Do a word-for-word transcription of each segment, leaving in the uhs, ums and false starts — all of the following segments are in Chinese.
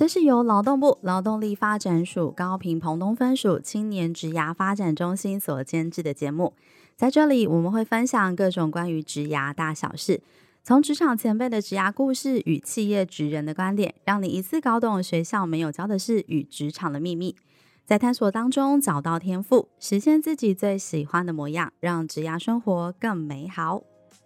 这是由劳动部劳动力发展署高屏澎东分署青年职涯发展中心所监制的节目。在这里，我们会分享各种关于职涯大小事，从职场前辈的职涯故事与企业职人的观点，让你一次搞懂学校没有教的事与职场的秘密，在探索当中找到天赋，实现自己最喜欢的模样，让职涯生活更美好。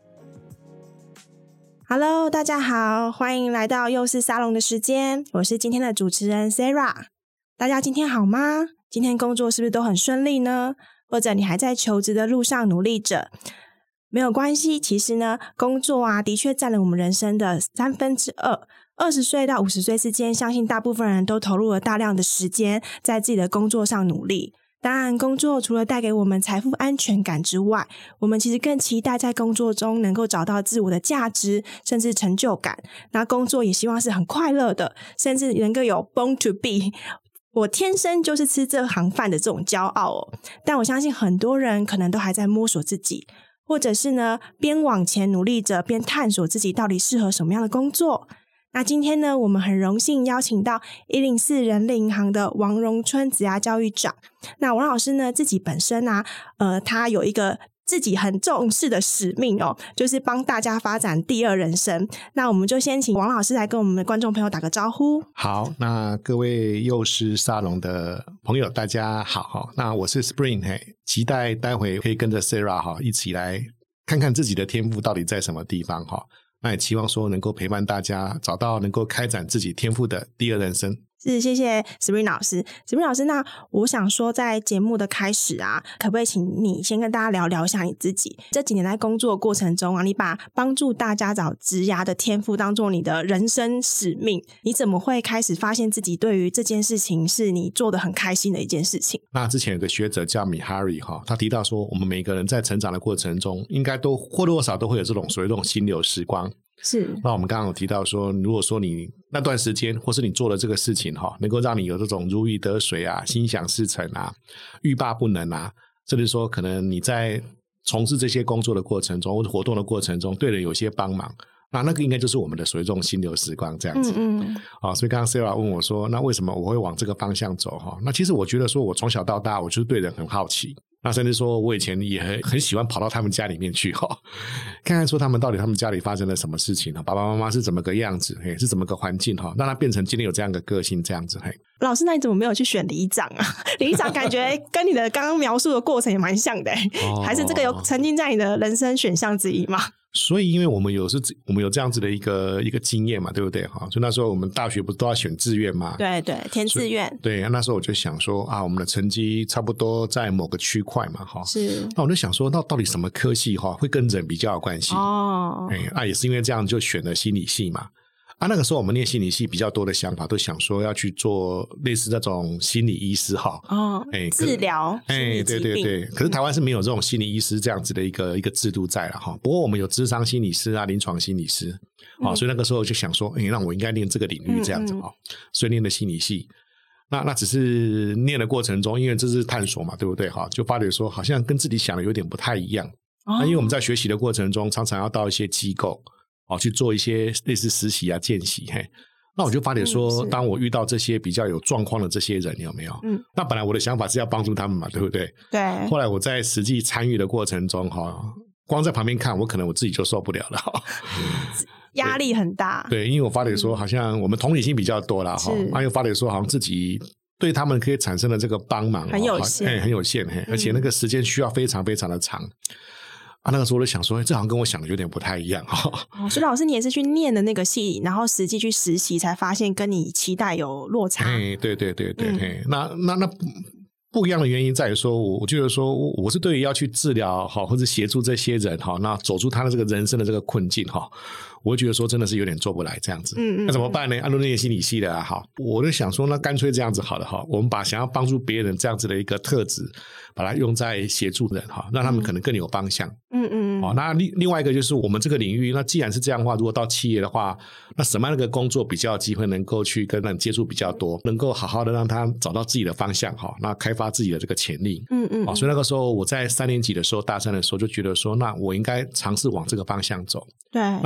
Hello， 大家好，欢迎来到幼师沙龙的时间，我是今天的主持人 Sarah。 大家今天好吗？今天工作是不是都很顺利呢？或者你还在求职的路上努力着？没有关系，其实呢，工作啊的确占了我们人生的三分之二。二十岁到五十岁之间，相信大部分人都投入了大量的时间在自己的工作上努力。当然，工作除了带给我们财富安全感之外，我们其实更期待在工作中能够找到自我的价值，甚至成就感。那工作也希望是很快乐的，甚至能够有 born to be， 我天生就是吃这行饭的这种骄傲哦。但我相信很多人可能都还在摸索自己，或者是呢边往前努力着，边探索自己到底适合什么样的工作。那今天呢，我们很荣幸邀请到一零四人力银行的王荣春职涯教育长。那王老师呢，自己本身啊，呃，他有一个自己很重视的使命哦，就是帮大家发展第二人生。那我们就先请王老师来跟我们的观众朋友打个招呼。 好，那各位幼师沙龙的朋友大家好，那我是 Spring， 嘿，期待待会可以跟着 Sarah 哈一起来看看自己的天赋到底在什么地方哈。那也期望说能够陪伴大家找到能够开展自己天赋的第二人生。 是，谢谢 Spring 老师。Spring 老师，那我想说在节目的开始啊，可不可以请你先跟大家聊聊一下你自己这几年在工作的过程中啊，你把帮助大家找职涯的天赋当做你的人生使命，你怎么会开始发现自己对于这件事情是你做得很开心的一件事情？ 那之前有个学者叫米哈里哈，他提到说我们每个人在成长的过程中应该都或多或少都会有这种所谓这种心流时光。 是， 那我们刚刚有提到说，如果说你那段时间或是你做了这个事情哈，能够让你有这种如鱼得水啊、心想事成啊、欲罢不能啊，甚至说可能你在从事这些工作的过程中或者活动的过程中对人有些帮忙，那那个应该就是我们的所谓这种心流时光这样子。嗯嗯。好，所以刚刚 Sarah 问我说，那为什么我会往这个方向走哈？那其实我觉得说我从小到大我就是对人很好奇。那甚至说我以前也很很喜欢跑到他们家里面去哈，看看说他们到底他们家里发生了什么事情，爸爸妈妈是怎么个样子，嘿，是怎么个环境哈，让他变成今天有这样的个性这样子。嘿， 老师，那你怎么没有去选里长啊？里长感觉跟你的刚刚描述的过程也蛮像的、哦、还是这个有曾经在你的人生选项之一吗？ 所以因为我们有是我们有这样子的一个一个经验嘛，对不对哈？所以那时候我们大学不是都要选志愿嘛？ 对对，填志愿。对， 那时候我就想说啊，我们的成绩差不多在某个区块嘛，哈。 是。 那我就想说，那到底什么科系哈会跟人比较有关系？ 哦。 哎，啊，也是因为这样就选了心理系嘛。啊，那个时候我们念心理系比较多的想法都想说要去做类似那种心理医师哈。 哦。哎，治疗。 哎，对对对。可是台湾是没有这种心理医师这样子的一个一个制度在了哈。不过我们有諮商心理师啊、临床心理师啊、嗯，所以那个时候就想说，哎，那我应该念这个领域这样子哈、嗯嗯。所以念的心理系。那那只是念的过程中，因为这是探索嘛，对不对哈？就发觉说好像跟自己想的有点不太一样。哦。那因为我们在学习的过程中，常常要到一些机构。哦，去做一些类似实习啊、见习，嘿，那我就发觉说、嗯，当我遇到这些比较有状况的这些人，有没有？嗯，那本来我的想法是要帮助他们嘛，对不对？ 对。 后来我在实际参与的过程中，哈，光在旁边看，我可能我自己就受不了了， 压力很大。 对，因为我发觉说，好像我们同理心比较多啦，哈、嗯，又发觉说，好像自己对他们可以产生的这个帮忙很有限， 嘿很有限，嘿、嗯，而且那个时间需要非常非常的长。啊，那个时候我就想说，这好像跟我想的有点不太一样哈、 哦。所以老师，你也是去念的那个系，然后实际去实习，才发现跟你期待有落差。 哎，对对对对，嗯、那那那不一样的原因在于说，我觉得说我是对于要去治疗哈，或者协助这些人哈，那走出他的这个人生的这个困境哈，我会觉得说真的是有点做不来这样子。嗯嗯。那怎么办呢？按照那些心理系的啊，哈，我就想说，那干脆这样子好了哈，我们把想要帮助别人这样子的一个特质。把它用在协助人哈，让他们可能更有方向。嗯嗯。哦，那另另外一个就是我们这个领域，那既然是这样的话，如果到企业的话，那什么样的一个工作比较有机会能够去跟人接触比较多，能够好好的让他找到自己的方向哈，那开发自己的这个潜力。嗯嗯。哦，所以那个时候我在三年级的时候，大三的时候就觉得说，那我应该尝试往这个方向走。 对。 那因为我们心理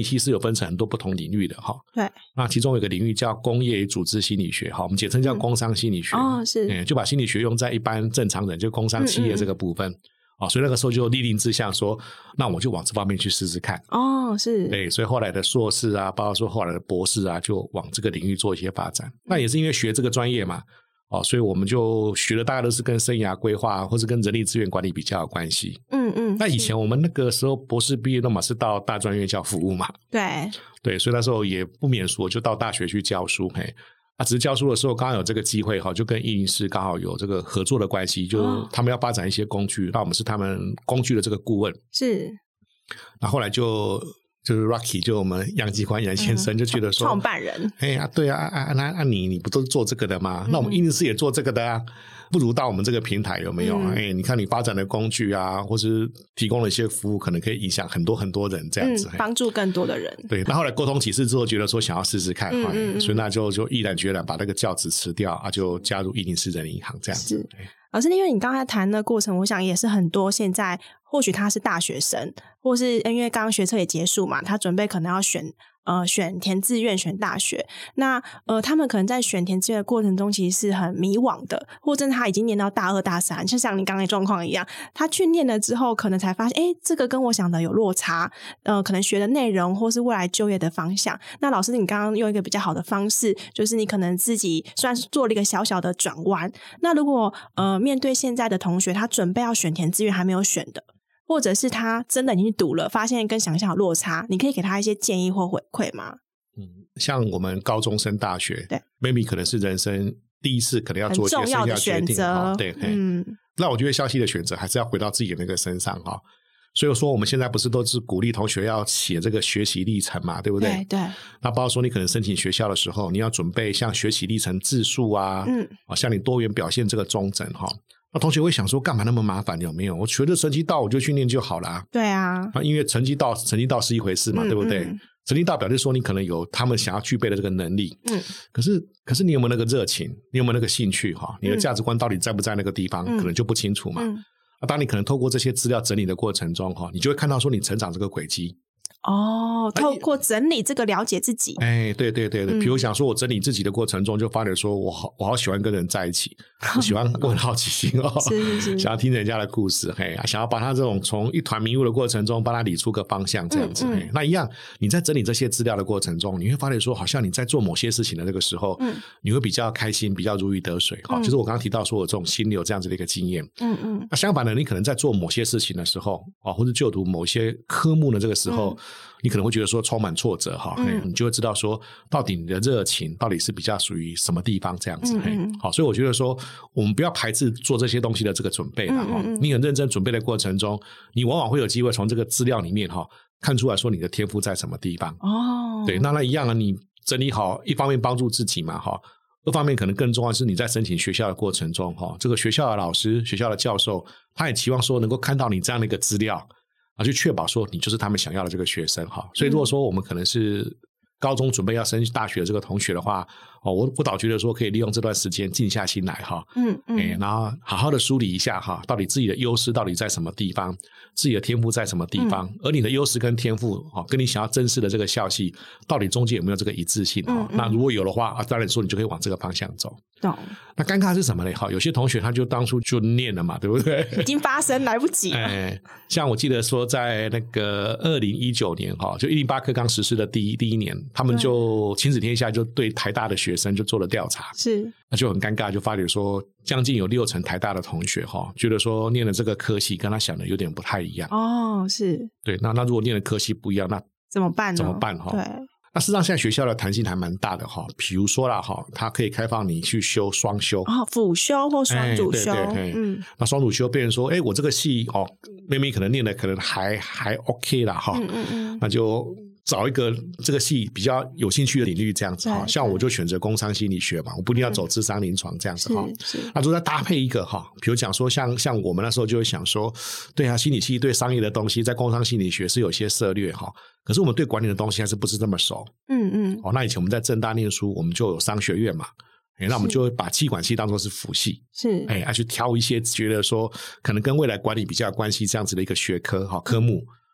理系是有分成很多不同领域的哈。 对， 那其中有一个领域叫工业与组织心理学哈，我们简称叫工商心理学。 嗯、哦，是、 嗯，就把心理学用在一般正常人，就工商企业这个部分。嗯嗯哦，所以那个时候就立定志向说，那我就往这方面去试试看。 哦，是， 对，所以后来的硕士啊，包括说后来的博士啊，就往这个领域做一些发展。那也是因为学这个专业嘛，哦，所以我们就学的大概都是跟生涯规划或是跟人力资源管理比较有关系。 嗯嗯。 那以前我们那个时候博士毕业的嘛，是到大专院校服务嘛。 对对，所以那时候也不免俗，就到大学去教书。嘿。啊，只是教书的时候刚好有这个机会哈，就跟一零四刚好有这个合作的关系，就他们要发展一些工具，那我们是他们工具的这个顾问。 是， 那后来就就是 Rocky 就我们杨继宽杨先生就觉得说， 创办人， 哎呀，对啊，啊那啊你你不都是做这个的吗？那我们一零四也做这个的啊。不如到我们这个平台有没有？哎、嗯欸，你看你发展的工具啊，或是提供了一些服务，可能可以影响很多很多人这样子， 帮、嗯、助更多的人。 对，那后来沟通几次之后，觉得说想要试试看，嗯嗯嗯欸、 所以那就就毅然决然把那个教职辞掉啊，就加入一零四人银行这样子。 是，老师，因为你刚才谈的过程，我想也是很多现在或许他是大学生，或是因为刚刚学测也结束嘛，他准备可能要选。呃，选填志愿选大学，那呃，他们可能在选填志愿的过程中，其实是很迷惘的，或者他已经念到大二大三，就像你刚才状况一样，他去念了之后，可能才发现，哎，这个跟我想的有落差，呃，可能学的内容或是未来就业的方向。那老师，你刚刚用一个比较好的方式，就是你可能自己算是做了一个小小的转弯。那如果呃，面对现在的同学，他准备要选填志愿还没有选的。或者是他真的已经读了，发现跟想象有落差，你可以给他一些建议或回馈吗？ 嗯，像我们高中升大学， 对 ，maybe 可能是人生第一次，可能要做一些很重要的选择， 对， 嗯， 那我觉得校系的选择还是要回到自己的那个身上哈。所以说，我们现在不是都是鼓励同学要写这个学习历程嘛，对不对？ 对对。 那包括说，你可能申请学校的时候，你要准备像学习历程自述啊， 嗯， 啊，像你多元表现这个中诊哈。那同学会想说，干嘛那么麻烦？有没有？我学的成绩到我就去念就好了。 对啊， 啊，因为成绩到成绩到是一回事嘛， 嗯、 对不对？嗯、成绩到表示说你可能有他们想要具备的这个能力， 嗯， 可是可是你有没有那个热情？你有没有那个兴趣？哈，你的价值观到底在不在那个地方？嗯、可能就不清楚嘛。嗯，啊，当你可能透过这些资料整理的过程中，哈，你就会看到说你成长这个轨迹。 哦，透过整理这个了解自己。 哎，对对对对，比如想说我整理自己的过程中，就发觉说我好我好喜欢跟人在一起，我喜欢我很好奇心哦， 是是是， 想要听人家的故事，嘿，想要把他这种从一团迷雾的过程中，帮他理出个方向，这样子。嗯嗯、那一样，你在整理这些资料的过程中，你会发觉说，好像你在做某些事情的那个时候，嗯，你会比较开心，比较如鱼得水。哈、嗯，就是我刚刚提到说我这种心流这样子的一个经验。嗯嗯。那相反的，你可能在做某些事情的时候，啊，或者就读某些科目的这个时候。嗯，你可能会觉得说充满挫折哈，嗯、你就会知道说到底你的热情到底是比较属于什么地方这样子。嗯嗯好，所以我觉得说我们不要排斥做这些东西的这个准备了哈。嗯嗯你很认真准备的过程中，你往往会有机会从这个资料里面哈看出来说你的天赋在什么地方。哦，对，那那一样啊，你整理好，一方面帮助自己嘛哈。二方面可能更重要的是你在申请学校的过程中哈，这个学校的老师、学校的教授，他也期望说能够看到你这样的一个资料。啊，去确保说你就是他们想要的这个学生哈，所以如果说我们可能是高中准备要升大学的这个同学的话，哦，我我倒觉得说可以利用这段时间静下心来哈，嗯嗯、欸，然后好好的梳理一下哈，到底自己的优势到底在什么地方，自己的天赋在什么地方，嗯、而你的优势跟天赋哈，跟你想要正式的这个校系到底中间有没有这个一致性哈？嗯嗯那如果有的话，啊，当然说你就可以往这个方向走。 懂。 那尴尬是什么呢？哈，有些同学他就当初就念了嘛，对不对？ 已经发生来不及了。 哎，像我记得说，在那个二零一九年哈，就一零八课纲实施的第一第一年，他们就亲子天下就对台大的学生就做了调查， 是那就很尴尬，就发觉说，将近有六成台大的同学哈，觉得说念了这个科系跟他想的有点不太一样。 哦，是对。那那如果念的科系不一样，那怎么办呢？ 怎么办哈？ 对。 那事实上，现在学校的弹性还蛮大的哈，比如说啦哈，它可以开放你去修双修， 哦，辅修或双主修， 哎、对对嗯，那双主修变成说，哎，我这个系哦，妹妹可能念的可能还还 OK 啦哈，嗯嗯嗯，那就找一个这个系比较有兴趣的领域这样子哈，像我就选择工商心理学嘛，我不一定要走諮商临床这样子哈，那如果再搭配一个哈，比如讲说像像我们那时候就会想说，对啊，心理系对商业的东西在工商心理学是有些涉略哈。可是我们对管理的东西还是不是这么熟，嗯嗯，哦，那以前我们在政大念书，我们就有商学院嘛，哎，那我们就会把企管系当作是辅系， 是， 哎，要去挑一些觉得说可能跟未来管理比较有关系这样子的一个学科哈科目，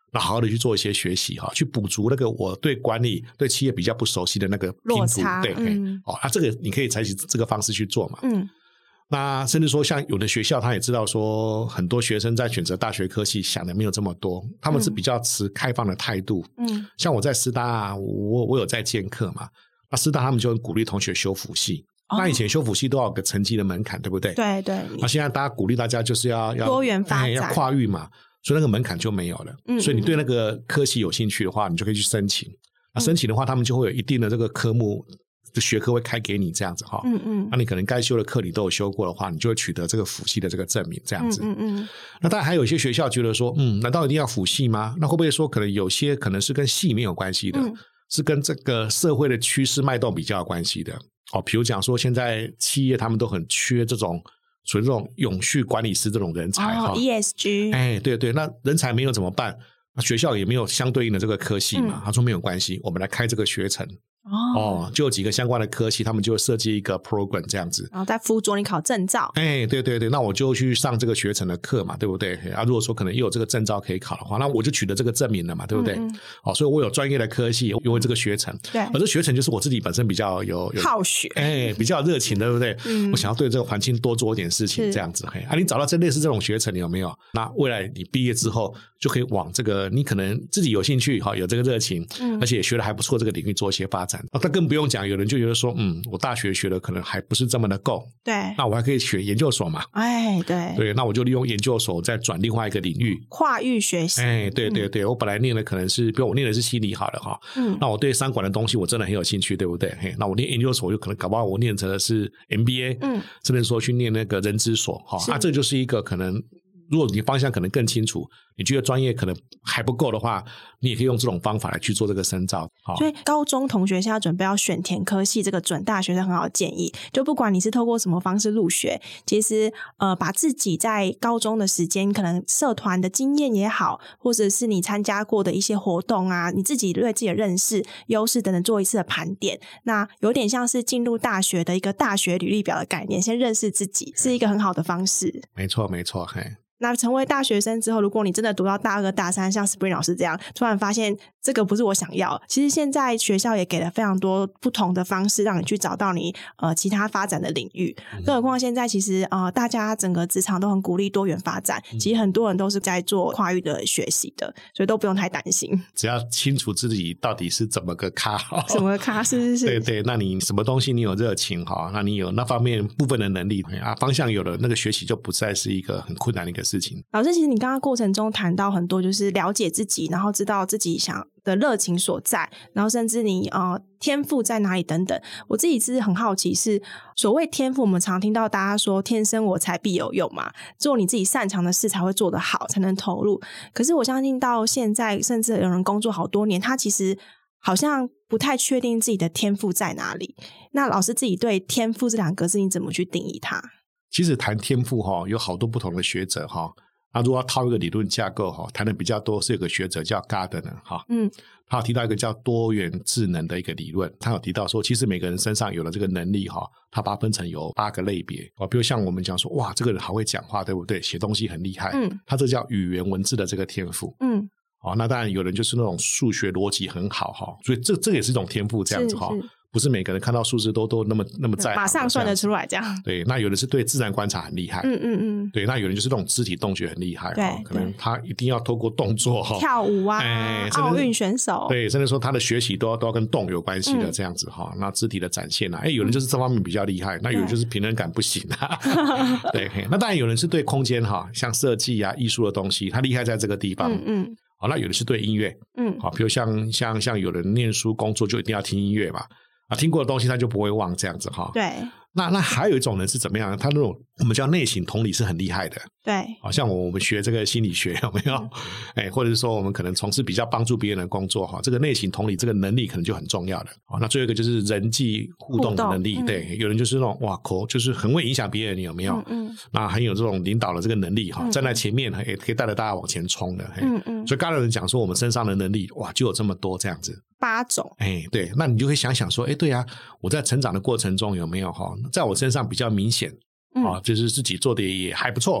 那好好的去做一些学习哈，去补足那个我对管理对企业比较不熟悉的那个拼图，对，嗯，哦，啊，这个你可以采取这个方式去做嘛，嗯。那甚至说像有的学校他也知道说很多学生在选择大学科系想的没有这么多，他们是比较持开放的态度，嗯，像我在师大啊，我我有在兼课嘛，那师大他们就鼓励同学修辅系，哦，那以前修辅系都要有个成绩的门槛，对不对？对对。那现在大家鼓励大家就是要要多元发展， 要跨域嘛，所以那个门槛就没有了，嗯，所以你对那个科系有兴趣的话你就可以去申请，那申请的话他们就会有一定的这个科目的学科会开给你这样子哈，嗯嗯，那你可能该修的课你都有修过的话，你就会取得这个辅系的这个证明这样子，嗯嗯嗯。那当然还有一些学校觉得说，嗯，难道一定要辅系吗？那会不会说可能有些可能是跟系没有关系的，嗯，是跟这个社会的趋势脉动比较有关系的哦？比如讲说现在企业他们都很缺这种属于这种永续管理师这种人才哈， 哦 E S G， 哎，对对，那人才没有怎么办？那学校也没有相对应的这个科系嘛，嗯，他说没有关系，我们来开这个学程。哦, 哦，就有几个相关的科系，他们就设计一个 program 这样子， 然后再辅佐你考证照。 哎，对对对，那我就去上这个学程的课嘛，对不对？啊，如果说可能又有这个证照可以考的话，那我就取得这个证明了嘛，对不对？嗯嗯，哦，所以我有专业的科系，因为这个学程，对，而这学程就是我自己本身比较有有好学， 哎，比较热情，对不对？嗯，我想要对这个环境多做一点事情，这样子。嘿，啊，你找到这类似这种学程，你有没有？那未来你毕业之后就可以往这个你可能自己有兴趣，哈，有这个热情，嗯，而且也学得还不错这个领域做一些发展。那更不用讲，有人就觉得说，嗯，我大学学的可能还不是这么的够， 对， 那我还可以学研究所嘛， 哎，对， 对，那我就利用研究所再转另外一个领域， 跨域学习， 哎，对对对，嗯，我本来念的可能是，比如我念的是心理好了哈，嗯，那我对商管的东西我真的很有兴趣，对不对？嘿，那我念研究所，就可能搞不好我念成的是 M B A， 嗯，甚至说去念那个人资所，哈，啊，这就是一个可能。如果你方向可能更清楚，你觉得专业可能还不够的话，你也可以用这种方法来去做这个深造。 所以高中同学现在准备要选填科系，这个准大学是很好的建议。就不管你是透过什么方式入学，其实呃，把自己在高中的时间可能社团的经验也好，或者是你参加过的一些活动啊，你自己对自己的认识、优势等等做一次的盘点。那有点像是进入大学的一个大学履历表的概念，先认识自己是一个很好的方式。 没错，没错，嘿。 那成为大学生之后，如果你真的读到大二大三，像 Spring 老师这样突然发现这个不是我想要，其实现在学校也给了非常多不同的方式让你去找到你呃其他发展的领域，更何况现在其实呃大家整个职场都很鼓励多元发展，其实很多人都是在做跨域的学习的，所以都不用太担心， 只要清楚自己到底是怎么个咖什么咖，是是是， 对对，那你什么东西你有热情，那你有那方面部分的能力啊，方向有了，那个学习就不再是一个很困难的一个事情。 老师，其实你刚刚过程中谈到很多，就是了解自己，然后知道自己想的热情所在，然后甚至你呃天赋在哪里等等。我自己是很好奇，是所谓天赋，我们常听到大家说天生我材必有用嘛，做你自己擅长的事才会做得好，才能投入。可是我相信到现在，甚至有人工作好多年，他其实好像不太确定自己的天赋在哪里。那老师自己对天赋这两个字，你怎么去定义它？ 其实谈天赋哈，有好多不同的学者哈。那如果要套一个理论架构哈，谈的比较多是有个学者叫 Gardner 哈，嗯，他有提到一个叫多元智能的一个理论，他有提到说，其实每个人身上有了这个能力哈，他把它分成有八个类别哦，比如像我们讲说，哇，这个人好会讲话，对不对？写东西很厉害，嗯，他这叫语言文字的这个天赋，嗯，哦，那当然有人就是那种数学逻辑很好哈，所以这这也是一种天赋这样子哈。不是每个人看到数字都都那么那么在马上算得出来这样。 对，那有的是对自然观察很厉害，嗯嗯嗯，对，那有人就是那种肢体动觉很厉害，对，可能他一定要透过动作哈， 跳舞啊，哎，奥运选手， 对，甚至说他的学习都要都要跟动有关系的这样子哈、嗯。那肢体的展现啊，哎，有人就是这方面比较厉害，嗯、那有人就是平衡感不行啊。对，那当然有人是对空间哈，像设计啊、艺术的东西，他厉害在这个地方，嗯嗯。好，那有的是对音乐，嗯，好，比如像像像有人念书工作就一定要听音乐嘛。啊，听过的东西他就不会忘这样子哈。 对， 那那还有一种人是怎么样？他那种我们叫内省同理是很厉害的。 对， 好像我们学这个心理学有没有？哎、嗯，或者是说我们可能从事比较帮助别人的工作哈，这个内省同理这个能力可能就很重要的。好，那最后一个就是人际互动的能力。嗯、对，有人就是那种哇口就是很会影响别人，你有没有？嗯嗯。那很有这种领导的这个能力哈，站在前面也可以带着大家往前冲的。嗯嗯。所以刚才有人讲说我们身上的能力哇就有这么多这样子。 八种， 哎，对，那你就会想想说，哎，对啊，我在成长的过程中有没有哈，在我身上比较明显啊、嗯，就是自己做的也还不错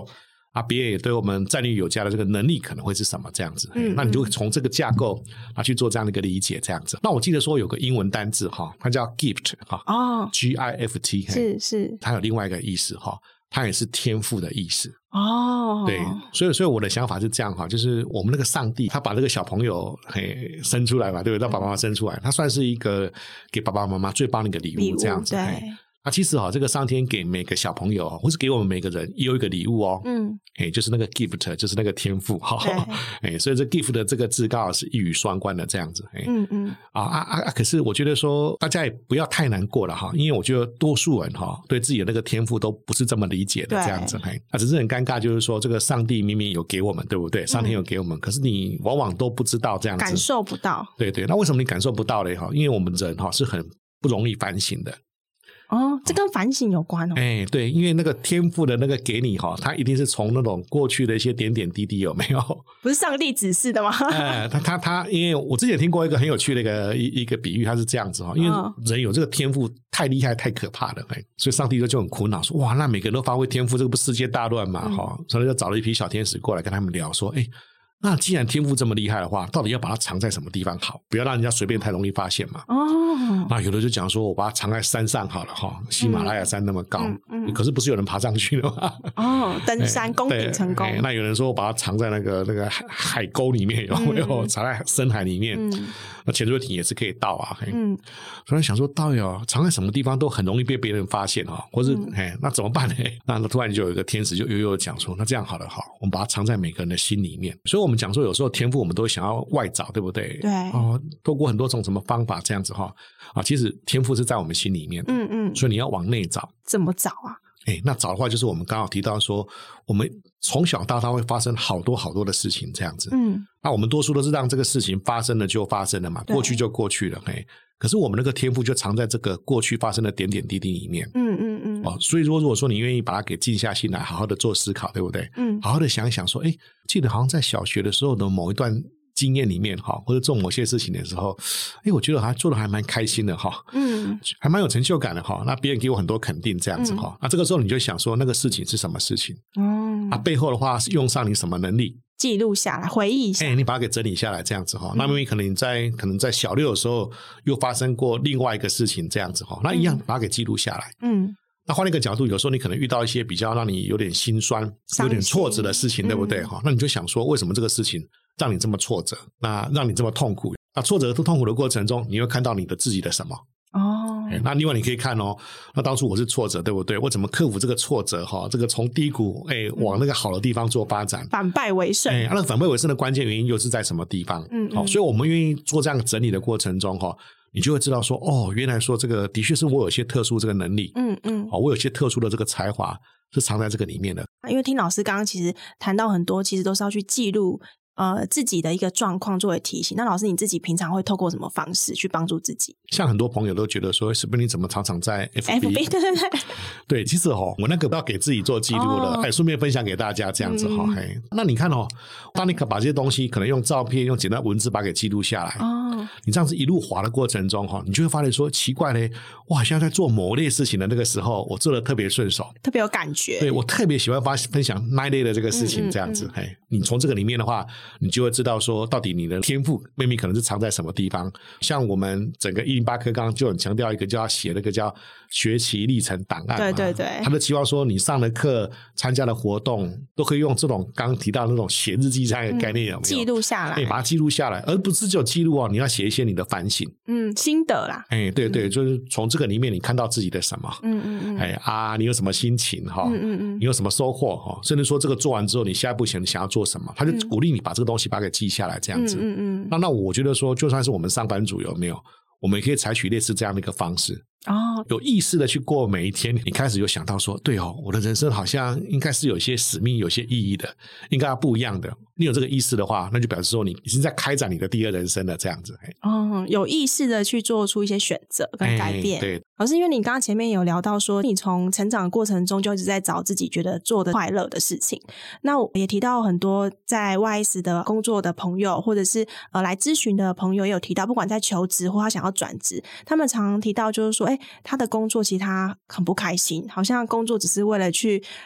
啊，别人也对我们战略有加的这个能力可能会是什么这样子，嗯、那你就从这个架构啊去做这样的一个理解这样子。那我记得说有个英文单字哈，它叫 gift 哈，哦 ，G I F T， 是是， 它有另外一个意思哈，它也是天赋的意思。 哦， 对，所以所以我的想法是这样哈，就是我们那个上帝他把这个小朋友嘿生出来嘛，对不对？让爸爸妈妈生出来，他算是一个给爸爸妈妈最棒的一个礼物这样子。 对。 那其实哈、哦，这个上天给每个小朋友，或是给我们每个人也有一个礼物哦，嗯，哎，就是那个 gift， 就是那个天赋哈，哎，所以这 gift 的这个字刚好是一语双关的这样子，哎，嗯嗯，啊啊啊！可是我觉得说大家也不要太难过了哈，因为我觉得多数人哈对自己的那个天赋都不是这么理解的这样子，哎，啊，只是很尴尬，就是说这个上帝明明有给我们，对不对？上天有给我们，嗯、可是你往往都不知道这样子， 感受不到， 对对。那为什么你感受不到嘞？哈，因为我们人哈是很不容易反省的。 哦，这跟反省有关哦。 哎，对，因为那个天赋的那个给你哈，它一定是从那种过去的一些点点滴滴，有没有？ 不是上帝指示的吗？ 哎，他他他，因为我之前听过一个很有趣的一个一一个比喻，它是这样子哈，因为人有这个天赋太厉害、太可怕了，哎，所以上帝就就很苦恼，说哇，那每个人都发挥天赋，这个不世界大乱嘛？哈、嗯，所以就找了一批小天使过来跟他们聊，说，哎。那既然天赋这么厉害的话，到底要把它藏在什么地方好？不要让人家随便太容易发现嘛。哦，那有的就讲说，我把它藏在山上好了哈，喜马拉雅山那么高，嗯嗯、可是不是有人爬上去了吗？ 哦，登山攻顶成功。 那有人说我把它藏在那个那个海海沟里面，有没有？藏在深海里面？嗯、那潜水艇也是可以到啊。嗯，所以想说，到底藏在什么地方都很容易被别人发现哈，或是哎、嗯，那怎么办呢？那突然就有一个天使就悠悠讲说，那这样好了哈，我们把它藏在每个人的心里面。所以我们讲说，有时候天赋我们都想要外找，对不对？ 对。 哦，透过很多种什么方法这样子哈啊，其实天赋是在我们心里面。嗯嗯。所以你要往内找。 怎么找啊？ 哎，那找的话就是我们刚好提到说，我们从小到大会发生好多好多的事情这样子。嗯。那我们多数都是让这个事情发生了就发生了嘛，过去就过去了。嘿，可是我们那个天赋就藏在这个过去发生的点点滴滴里面。嗯嗯嗯。哦，所以说如果说你愿意把它给静下心来，好好的做思考，对不对？嗯。好好的想一想说，哎，记得好像在小学的时候的某一段经验里面哈，或者做某些事情的时候，哎，我觉得好像做的还蛮开心的哈，嗯，还蛮有成就感的哈。那别人给我很多肯定，这样子哈。那、嗯、这个时候你就想说，那个事情是什么事情？哦，啊，背后的话是用上你什么能力？ 记录下来，回忆一下。 哎，你把它给整理下来，这样子哈。嗯、那因为可能你在可能在小六的时候又发生过另外一个事情，这样子哈。那一样把它给记录下来。嗯。那换一个角度，有时候你可能遇到一些比较让你有点心酸、有点挫折的事情，对不对？哈、嗯，那你就想说，为什么这个事情让你这么挫折？那让你这么痛苦？那挫折和痛苦的过程中，你会看到你的自己的什么？哦，那另外你可以看哦，那当初我是挫折，对不对？我怎么克服这个挫折？哈，这个从低谷哎往那个好的地方做发展， 反败为胜。 哎，那反败为胜的关键原因又是在什么地方？嗯，好，所以我们愿意做这样整理的过程中，哈。你就会知道说，哦，原来说这个的确是我有些特殊这个能力，嗯嗯，哦，我有些特殊的这个才华是藏在这个里面的。 因为听老师刚刚其实谈到很多，其实都是要去记录呃自己的一个状况作为提醒。那老师你自己平常会透过什么方式去帮助自己？ 像很多朋友都觉得说，是不是你怎么常常在 F B？ F B 对对对， 对，其实哦，我那个要给自己做记录了，哎、哦，顺便分享给大家这样子哈、嗯。嘿，那你看哦，当你可把这些东西可能用照片、用简单文字把它给记录下来。哦，你这样子一路滑的过程中你就会发现说奇怪嘞，我好像在做某类事情的那个时候我做的特别顺手， 特别有感觉。 对，我特别喜欢发分享那一类的这个事情这样子。嗯嗯嗯，嘿，你从这个里面的话你就会知道说到底你的天赋秘密可能是藏在什么地方。像我们整个一零八课纲就很强调一个就要写那个叫学习历程档案嘛， 对对对， 他就期望说你上的课参加的活动都可以用这种刚刚提到的那种写日记这样一个概念，有没有？ 记录下来， 对，把它记录下来，而不是只有记录哦，你要写一些你的反省， 嗯，心得啦， 哎，对对，嗯、就是从这个里面你看到自己的什么，嗯嗯嗯，哎啊，你有什么心情哈，嗯嗯嗯，你有什么收获哈，甚至说这个做完之后，你下一步想想要做什么，他就鼓励你把这个东西把它给记下来，这样子，嗯嗯嗯，那那我觉得说，就算是我们上班族有没有，我们也可以采取类似这样的一个方式。哦，有意识的去过每一天，你开始有想到說，对哦，我的人生好像应该是有一些使命，有些意义的，应该要不一样的。你有这个意识的话，那就表示说你已经在开展你的第二人生了，这样子。 哦，有意识的去做出一些选择跟改变。 哎、对， 老师，因为你刚刚前面有聊到说，你从成长的过程中就一直在找自己觉得做的快乐的事情。那我也提到很多在 Y S 的工作的朋友，或者是呃来咨询的朋友，也有提到，不管在求职或他想要转职，他们常常提到就是说，哎，他的工作其实他很不开心，好像工作只是为了去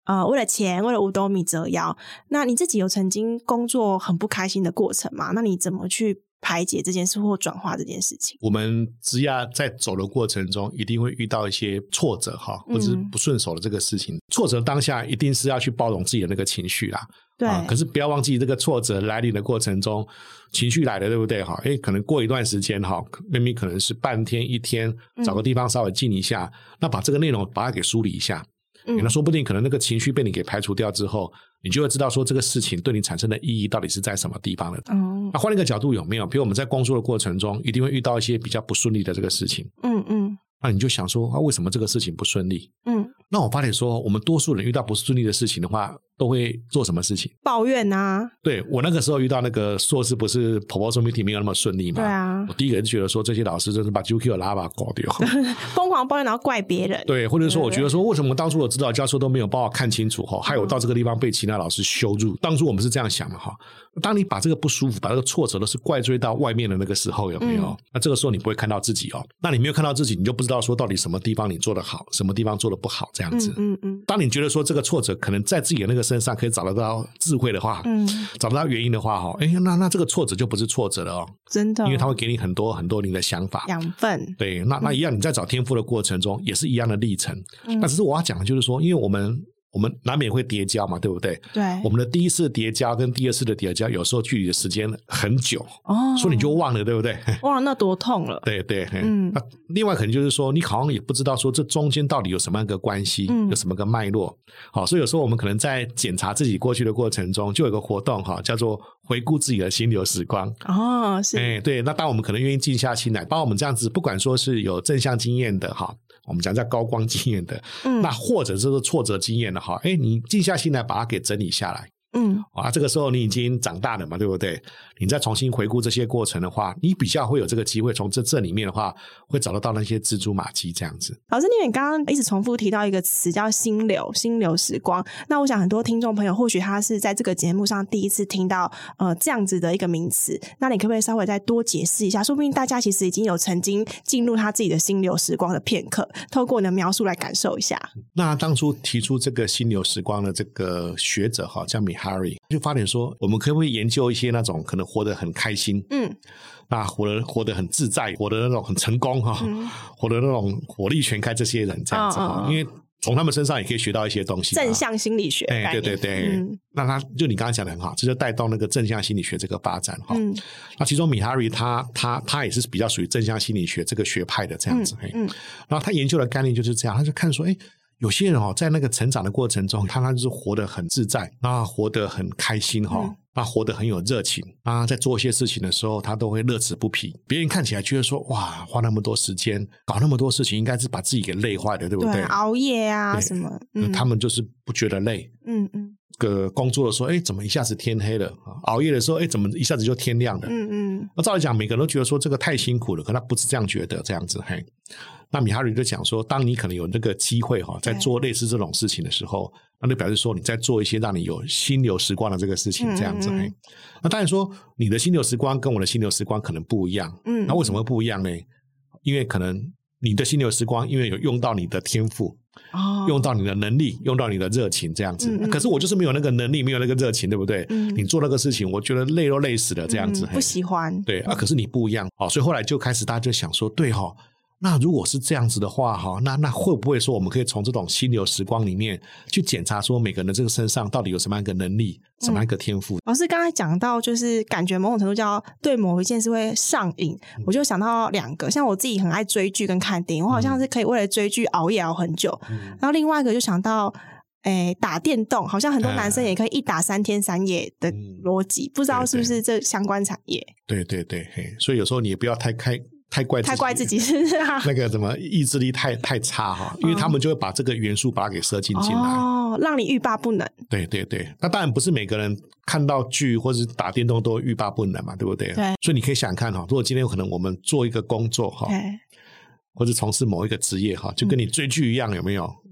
呃，为了钱，为了五斗米折腰。那你自己有曾经工作很不开心的过程吗？那你怎么去排解这件事或转化这件事情？ 我们职涯在走的过程中一定会遇到一些挫折哈，或者是不顺手的这个事情、嗯、挫折当下一定是要去包容自己的那个情绪啦。 对、 啊，可是不要忘记这个挫折来临的过程中情绪来了对不对哈？诶，可能过一段时间哈，明明可能是半天一天，找个地方稍微静一下、嗯、那把这个内容把它给梳理一下，嗯，那说不定可能那个情绪被你给排除掉之后，你就会知道说这个事情对你产生的意义到底是在什么地方了。嗯，那换一个角度有没有？比如我们在工作的过程中一定会遇到一些比较不顺利的这个事情。嗯嗯，那你就想说啊，为什么这个事情不顺利？嗯，那我发现说我们多数人遇到不顺利的事情的话都会做什么事情？ 抱怨啊。 对，我那个时候遇到那个硕士不是 proposal meeting 没有那么顺利嘛？ 对啊， 我第一个就觉得说这些老师真是把 G Q 拉把搞掉， 疯狂抱怨然后怪别人。 对，或者说我觉得说为什么当初我指导教授都没有帮我看清楚，害我到这个地方被其他老师羞辱。当初我们是这样想的哈，当你把这个不舒服把这个挫折都是怪罪到外面的那个时候有没有、嗯、那这个时候你不会看到自己哦，那你没有看到自己你就不知道说到底什么地方你做得好，什么地方做得不好这样子。嗯嗯嗯。当你觉得说这个挫折可能在自己的那个身上可以找得到智慧的话，嗯，找得到原因的话哈，哎，那那这个挫折就不是挫折了哦， 真的， 因为它会给你很多很多你的想法养分。 对，那那一样你在找天赋的过程中也是一样的历程。嗯，那只是我要讲的就是说，因为我们我们难免会叠交嘛，对不对？ 对， 我们的第一次叠交跟第二次的叠交有时候距离的时间很久哦，所以你就忘了，对不对？ 忘了那多痛了。 对对，嗯。那另外可能就是说你好像也不知道说这中间到底有什么样一个关系、嗯、有什么个脉络。好，所以有时候我们可能在检查自己过去的过程中就有一个活动哈，叫做回顾自己的心流时光。哦，是。哎，对，那当我们可能愿意静下心来，帮我们这样子不管说是有正向经验的哈，我们讲叫高光经验的、嗯、那或者是挫折经验的哈，哎，你静下心来把它给整理下来。嗯，啊，这个时候你已经长大了嘛，对不对？你再重新回顾这些过程的话，你比较会有这个机会从这这里面的话会找得到那些蜘蛛马迹这样子。 老师，因为你刚刚一直重复提到一个词叫心流，心流时光。那我想很多听众朋友或许他是在这个节目上第一次听到呃这样子的一个名词，那你可不可以稍微再多解释一下？说不定大家其实已经有曾经进入他自己的心流时光的片刻，透过你的描述来感受一下。 那当初提出这个心流时光的这个学者哈，叫米哈瑞，就发现说我们可不可以研究一些那种可能活得很开心，嗯，那活得活得很自在，活得那种很成功哈、嗯，活得那种火力全开这些人这样子哈、哦哦，因为从他们身上也可以学到一些东西， 正向心理学， 哎，对对对，嗯、那他就你刚刚讲的很好，这就带动那个正向心理学这个发展哈、嗯。那其中米哈瑞他他他也是比较属于正向心理学这个学派的这样子，嗯，嗯然后他研究的概念就是这样，他就看说，哎。有些人哦，在那个成长的过程中，他他就是活得很自在，那活得很开心哈、哦，那、嗯、活得很有热情，啊，在做一些事情的时候，他都会乐此不疲。别人看起来觉得说，哇，花那么多时间搞那么多事情，应该是把自己给累坏的，对不对？ 对，熬夜啊什么、 嗯，他们就是不觉得累。嗯嗯。个工作的时候，哎，怎么一下子天黑了？熬夜的时候，哎，怎么一下子就天亮了？嗯嗯。那照理讲，每个人都觉得说这个太辛苦了，可他不是这样觉得，这样子嘿。那米哈瑞就讲说，当你可能有那个机会哈，在做类似这种事情的时候，那就表示说你在做一些让你有心流时光的这个事情，这样子嘿、嗯。那当然说，你的心流时光跟我的心流时光可能不一样。嗯。那为什么不一样呢？因为可能你的心流时光，因为有用到你的天赋。哦，用到你的能力，用到你的热情这样子、嗯嗯、可是我就是没有那个能力，没有那个热情，对不对、嗯、你做那个事情我觉得累都累死了这样子、 嗯、不喜欢。 对啊，可是你不一样、哦、所以后来就开始大家就想说，对齁、哦，那如果是这样子的话哈，那那会不会说我们可以从这种心流时光里面去检查说每个人的这个身上到底有什么样一个能力、嗯、什么样一个天赋？ 老师刚才讲到就是感觉某种程度叫对某一件事会上瘾、嗯、我就想到两个，像我自己很爱追剧跟看电影，我好像是可以为了追剧熬夜熬很久、嗯、然后另外一个就想到诶，打电动好像很多男生也可以一打三天三夜的逻辑、嗯、不知道是不是这相关产业。 对对对，嘿，所以有时候你也不要太开太怪自己， 太怪自己是啊， 那个什么意志力太太差哈，因为他们就会把这个元素把它给设进进来， 哦，让你欲罢不能。 对对对，那当然不是每个人看到剧或者打电动都欲罢不能嘛，对不对？ 对， 所以你可以想想看哈，如果今天有可能我们做一个工作哈，或者从事某一个职业哈，就跟你追剧一样，有没有？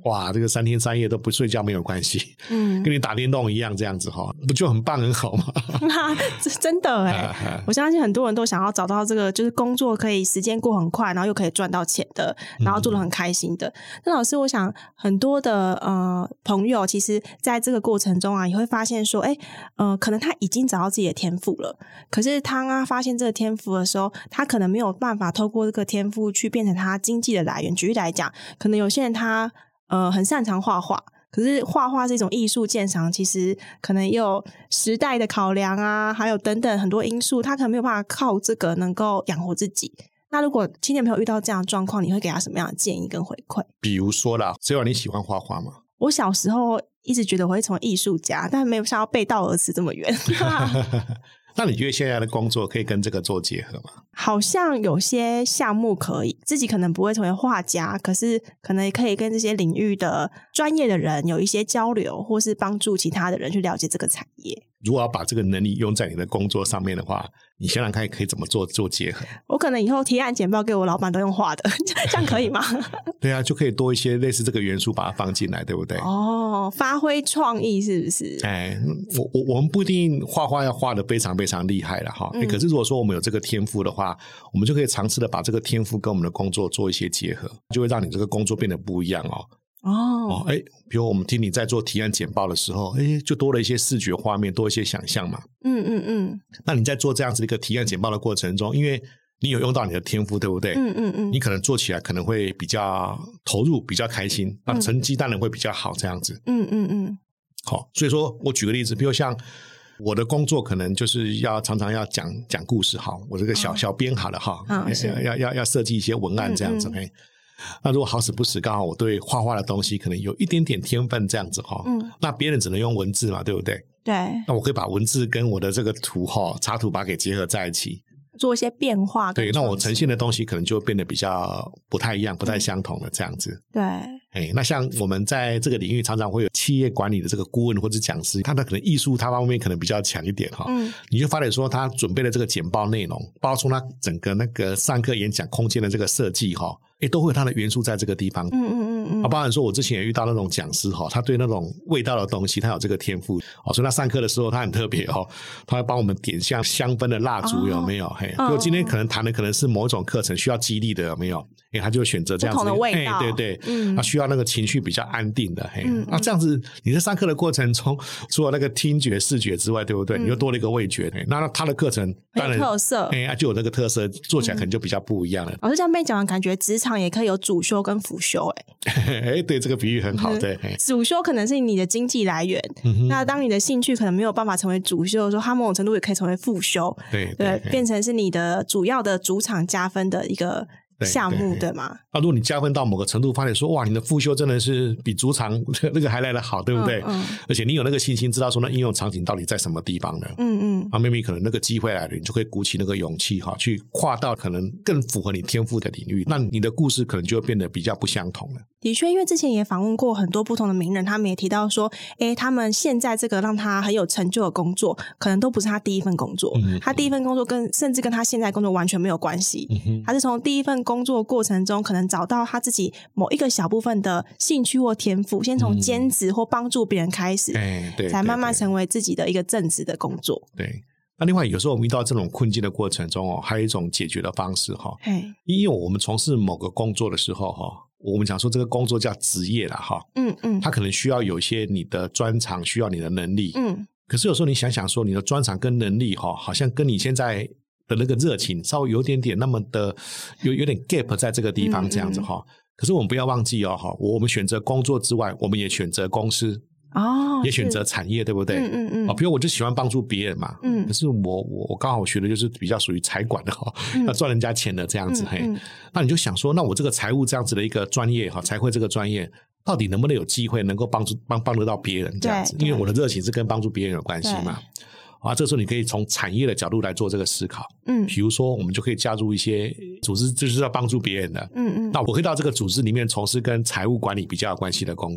哇，这个三天三夜都不睡觉没有关系，嗯，跟你打电动一样这样子哈，不就很棒很好吗？ 真的哎，我相信很多人都想要找到这个，就是工作可以时间过很快，然后又可以赚到钱的，然后做得很开心的。那、嗯、老师，我想很多的呃朋友，其实在这个过程中啊，也会发现说，哎，呃，可能他已经找到自己的天赋了，可是他啊发现这个天赋的时候，他可能没有办法透过这个天赋去变成他经济的来源。举例来讲，可能有些人他呃很擅长画画。可是画画是一种艺术鉴赏，其实可能也有时代的考量啊，还有等等很多因素，他可能没有办法靠这个能够养活自己。那如果青年朋友遇到这样的状况，你会给他什么样的建议跟回馈？ 比如说啦，Sarah，你喜欢画画吗？ 我小时候一直觉得我会成为艺术家，但没有想到背道而驰这么远。 那你觉得现在的工作可以跟这个做结合吗？ 好像有些项目可以，自己可能不会成为画家，可是可能也可以跟这些领域的专业的人有一些交流，或是帮助其他的人去了解这个产业。 如果要把这个能力用在你的工作上面的话，你想想看可以怎么做做结合？ 我可能以后提案简报给我老板都用画的，这样可以吗？ 对啊，就可以多一些类似这个元素把它放进来，对不对？ 哦，发挥创意是不是？ 哎，我我我们不一定画画要画得非常非常厉害了哈、嗯欸。可是如果说我们有这个天赋的话，我们就可以尝试的把这个天赋跟我们的工作做一些结合，就会让你这个工作变得不一样哦。哦，哎，比如我们听你在做提案简报的时候，哎，就多了一些视觉画面，多一些想象嘛。嗯嗯嗯。那你在做这样子的一个提案简报的过程中，因为你有用到你的天赋，对不对？嗯嗯嗯。你可能做起来可能会比较投入，比较开心，那成绩当然会比较好，这样子。嗯嗯嗯。好，所以说我举个例子，比如像我的工作可能就是要常常要讲讲故事，好，我这个小、哦、小编好了哈，哦、要要要设计一些文案这样子，嗯嗯那如果好死不死刚好我对画画的东西可能有一点点天分这样子哈、嗯，那别人只能用文字嘛，对不对？ 对。 那我可以把文字跟我的这个图哈插图把它给结合在一起， 做一些变化。 对，那我呈现的东西可能就变得比较不太一样，不太相同了这样子。 对。 哎，那像我们在这个领域常常会有企业管理的这个顾问或者讲师，他的可能艺术他方面可能比较强一点哈、嗯，你就发现说他准备的这个简报内容，包括他整个那个上课演讲空间的这个设计哈。诶都会有它的元素在这个地方。嗯嗯嗯嗯。啊，包含说我之前也遇到那种讲师哈，他对那种味道的东西他有这个天赋哦，所以他上课的时候他很特别哦，他会帮我们点像香氛的蜡烛有没有？嘿、哦，就今天可能谈的可能是某一种课程需要激励的有没有？诶他就选择这样子不同的味道， 对对对，嗯，他需要那个情绪比较安定的，嘿，嗯嗯那这样子你在上课的过程中，除了那个听觉、视觉之外，对不对？嗯、你又多了一个味觉，那他的课程当然特色， 哎，就有那个特色，做起来可能就比较不一样了。 嗯、老师这样被讲的感觉，职场也可以有主修跟辅修、欸，哎， 哎，对，这个比喻很好，对。 主修可能是你的经济来源，嗯、那当你的兴趣可能没有办法成为主修的时候，它某种程度也可以成为副修， 对 对, 对，变成是你的主要的主场加分的一个项目， 对, 对, 对吗？ 那、啊、如果你加分到某个程度，发现说哇，你的副修真的是比主场那个还来得好，对不对？嗯, 嗯而且你有那个信心，知道说那应用场景到底在什么地方呢？嗯嗯。啊 ，maybe 可能那个机会来了，你就可以鼓起那个勇气哈，去跨到可能更符合你天赋的领域，那你的故事可能就会变得比较不相同了。 的确，因为之前也访问过很多不同的名人，他们也提到说，诶，他们现在这个让他很有成就的工作，可能都不是他第一份工作，嗯、他第一份工作跟甚至跟他现在工作完全没有关系，嗯、他是从第一份工作过程中可能找到他自己某一个小部分的兴趣或天赋，先从兼职或帮助别人开始，嗯、对，才慢慢成为自己的一个正职的工作。 对。那另外有时候我们遇到这种困境的过程中哦，还有一种解决的方式哈，因为我们从事某个工作的时候哈，我们讲说这个工作叫职业啦哈，嗯嗯，它可能需要有一些你的专长，需要你的能力，嗯，可是有时候你想想说你的专长跟能力哈，好像跟你现在的那个热情稍微有点点那么的有有点 gap 在这个地方这样子哈，嗯嗯可是我们不要忘记哦哈，我们选择工作之外，我们也选择公司。哦，也选择产业，对不对？嗯嗯嗯。哦，比如我就喜欢帮助别人嘛，嗯。可是我我我刚好学的就是比较属于财管的哈，嗯、要赚人家钱的这样子，嗯、嘿、嗯。那你就想说，那我这个财务这样子的一个专业哈，财会这个专业，到底能不能有机会能够帮助帮帮得到别人这样子？因为我的热情是跟帮助别人有关系嘛。啊，这时候你可以从产业的角度来做这个思考，嗯，比如说我们就可以加入一些组织，就是要帮助别人的，嗯嗯。那我可以到这个组织里面从事跟财务管理比较有关系的工作。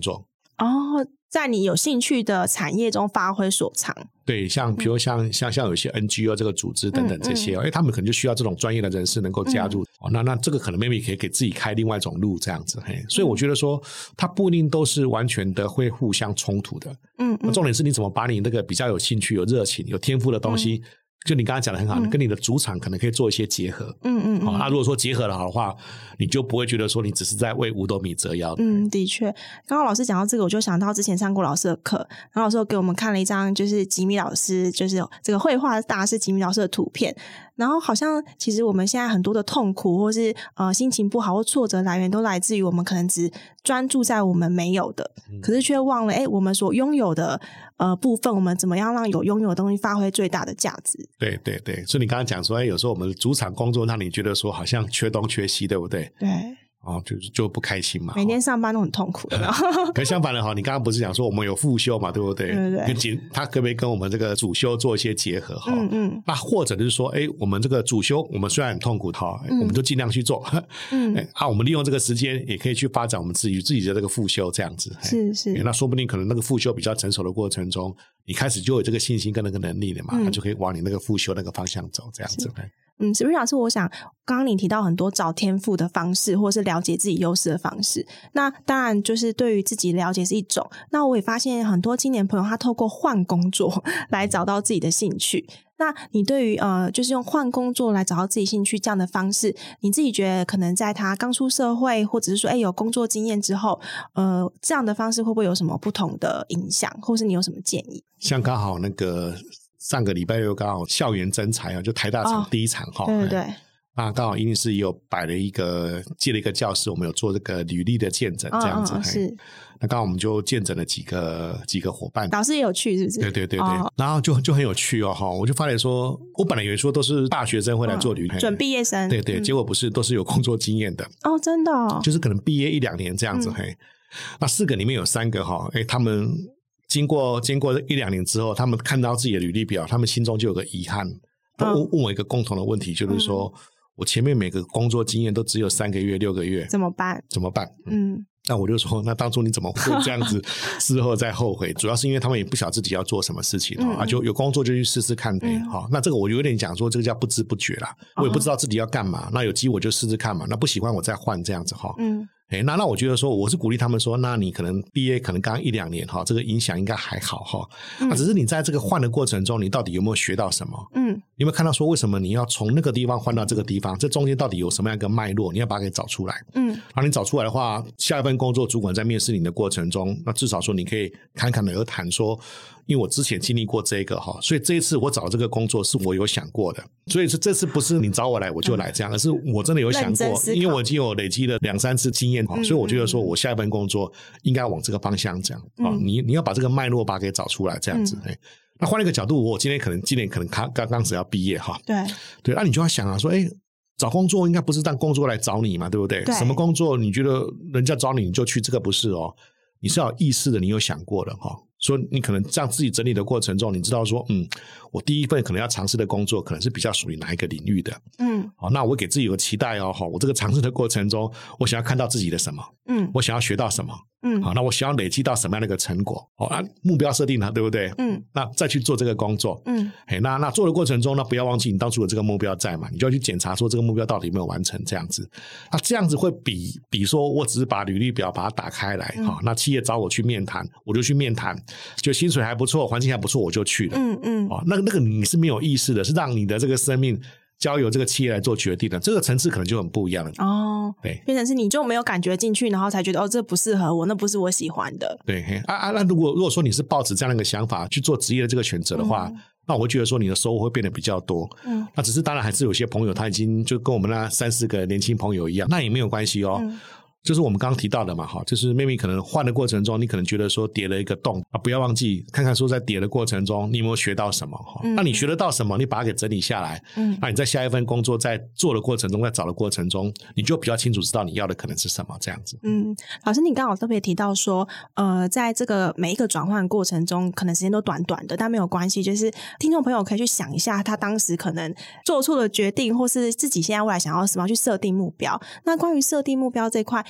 哦，在你有兴趣的产业中发挥所长。 对，像比如像、嗯、像像有些 N G O 这个组织等等这些，哎、嗯嗯，他们可能就需要这种专业的人士能够加入。嗯哦、那那这个可能 maybe 可以给自己开另外一种路这样子。嘿，所以我觉得说，它不一定都是完全的会互相冲突的。嗯，嗯，重点是你怎么把你那个比较有兴趣、有热情、有天赋的东西。嗯，就你刚才讲的很好，嗯，你跟你的主场可能可以做一些结合。嗯嗯，好，那如果说结合的好的话，你就不会觉得说你只是在为五斗米折腰。 嗯，的确，刚刚老师讲到这个，我就想到之前上过老师的课，然后老师有给我们看了一张就是吉米老师，就是这个绘画大师吉米老师的图片。然后好像其实我们现在很多的痛苦或是呃心情不好或挫折来源都来自于我们可能只专注在我们没有的，嗯，可是却忘了诶我们所拥有的呃部分，我们怎么样让有拥有的东西发挥最大的价值。 对对对，所以你刚刚讲说诶有时候我们的主场工作让你觉得说好像缺东缺西，对不对？ 对。 哦，就就不开心嘛， 每天上班都很痛苦。 可相反的哈，你刚刚不是讲说我们有副修嘛，对不对？ 对对对。 他可不可以跟我们这个主修做一些结合哈？嗯嗯。那或者就是说，哎，我们这个主修我们虽然很痛苦哈，嗯，我们就尽量去做。嗯。啊，我们利用这个时间也可以去发展我们自己自己的这个副修这样子。 是是。 那说不定可能那个副修比较成熟的过程中，你开始就有这个信心跟那个能力了嘛，嗯，那就可以往你那个副修那个方向走这样子。 嗯，史瑞老师，我想刚刚你提到很多找天赋的方式，或是了解自己优势的方式。那当然就是对于自己了解是一种。那我也发现很多青年朋友他透过换工作来找到自己的兴趣。那你对于呃，就是用换工作来找到自己兴趣这样的方式，你自己觉得可能在他刚出社会，或者是说，哎，有工作经验之后，呃，这样的方式会不会有什么不同的影响，或是你有什么建议？ 像刚好那个。上个礼拜六刚好校园征才啊，就台大场第一场哈，哦， 对对对， 那刚好一定是有摆了一个借了一个教室，我们有做这个履历的见证，这样子， 嗯嗯，是。 那刚好我们就见证了几个几个伙伴， 老师也有去是不是？ 对对对对，哦，然后就就很有趣哦哈，我就发现说，我本来以为说都是大学生会来做履历， 嗯，准毕业生， 对对，嗯，结果不是，都是有工作经验的哦，真的，哦， 就是可能毕业一两年这样子，嗯，嘿，那四个里面有三个哈，哎，他们。经过经过一两年之后，他们看到自己的履历表，他们心中就有个遗憾，都问问我一个共同的问题，就是说，嗯，我前面每个工作经验都只有三个月、六个月， 怎么办？ 怎么办？嗯，那我就说，那当初你怎么会这样子？事后再后悔，主要是因为他们也不晓得自己要做什么事情，嗯，啊，就有工作就去试试看呗。好，嗯，那这个我有点讲说，这个叫不知不觉啦，我也不知道自己要干嘛。那有机会我就试试看嘛，那不喜欢我再换这样子哈。嗯。哎，那那我觉得说，我是鼓励他们说，那你可能毕业可能刚一两年哈，这个影响应该还好哈。嗯，啊，只是你在这个换的过程中，你到底有没有学到什么？嗯，有没有看到说，为什么你要从那个地方换到这个地方？这中间到底有什么样一个脉络？你要把它给找出来。嗯，然后你找出来的话，下一份工作主管在面试你的过程中，那至少说你可以侃侃而谈说，因为我之前经历过这个哈，所以这一次我找这个工作是我有想过的，所以是这次不是你找我来我就来这样，嗯，而是我真的有想过，因为我已经有累积了两三次经验，嗯，所以我觉得说我下一份工作应该往这个方向这样，嗯，你你要把这个脉络把它给找出来这样子。嗯，那换一个角度，我今天可能今年可能刚刚刚只要毕业哈， 对对，那你就要想啊，说哎，找工作应该不是让工作来找你嘛，对不对？对，什么工作你觉得人家找你你就去，这个不是哦，你是要有意识的，你有想过的哈。说你可能这样自己整理的过程中，你知道说，嗯，我第一份可能要尝试的工作，可能是比较属于哪一个领域的，嗯，好，那我给自己有个期待哦，好，我这个尝试的过程中，我想要看到自己的什么，嗯，我想要学到什么，嗯，好，那我想要累积到什么样的一个成果，好，啊，目标设定了，对不对？嗯，那再去做这个工作，嗯，嘿，那那做的过程中呢，不要忘记你当初有这个目标在嘛，你就要去检查说这个目标到底有没有完成，这样子，那这样子会比比说我只是把履历表把它打开来，好，嗯，那企业找我去面谈，我就去面谈，就薪水还不错，环境还不错，我就去了。嗯嗯，哦，那个那个你是没有意识的，是让你的这个生命交由这个企业来做决定的，这个层次可能就很不一样了。哦，对， 变成是你就没有感觉进去，然后才觉得哦，这不适合我，那不是我喜欢的。 对，啊啊，那如果如果说你是抱持这样的一个想法去做职业的这个选择的话，嗯，那我会觉得说你的收获会变得比较多。嗯，那只是当然还是有些朋友他已经就跟我们那三四个年轻朋友一样，那也没有关系哦。嗯，就是我们刚刚提到的嘛，哈，就是妹妹可能换的过程中，你可能觉得说跌了一个洞啊，不要忘记看看说在跌的过程中，你有没有学到什么？嗯，那你学得到什么？你把它给整理下来，嗯，那你在下一份工作在做的过程中，在找的过程中，你就比较清楚知道你要的可能是什么，这样子。 嗯，老师，你刚好特别提到说，呃，在这个每一个转换过程中，可能时间都短短的，但没有关系，就是听众朋友可以去想一下，他当时可能做错了决定，或是自己现在未来想要什么，去设定目标。那关于设定目标这块，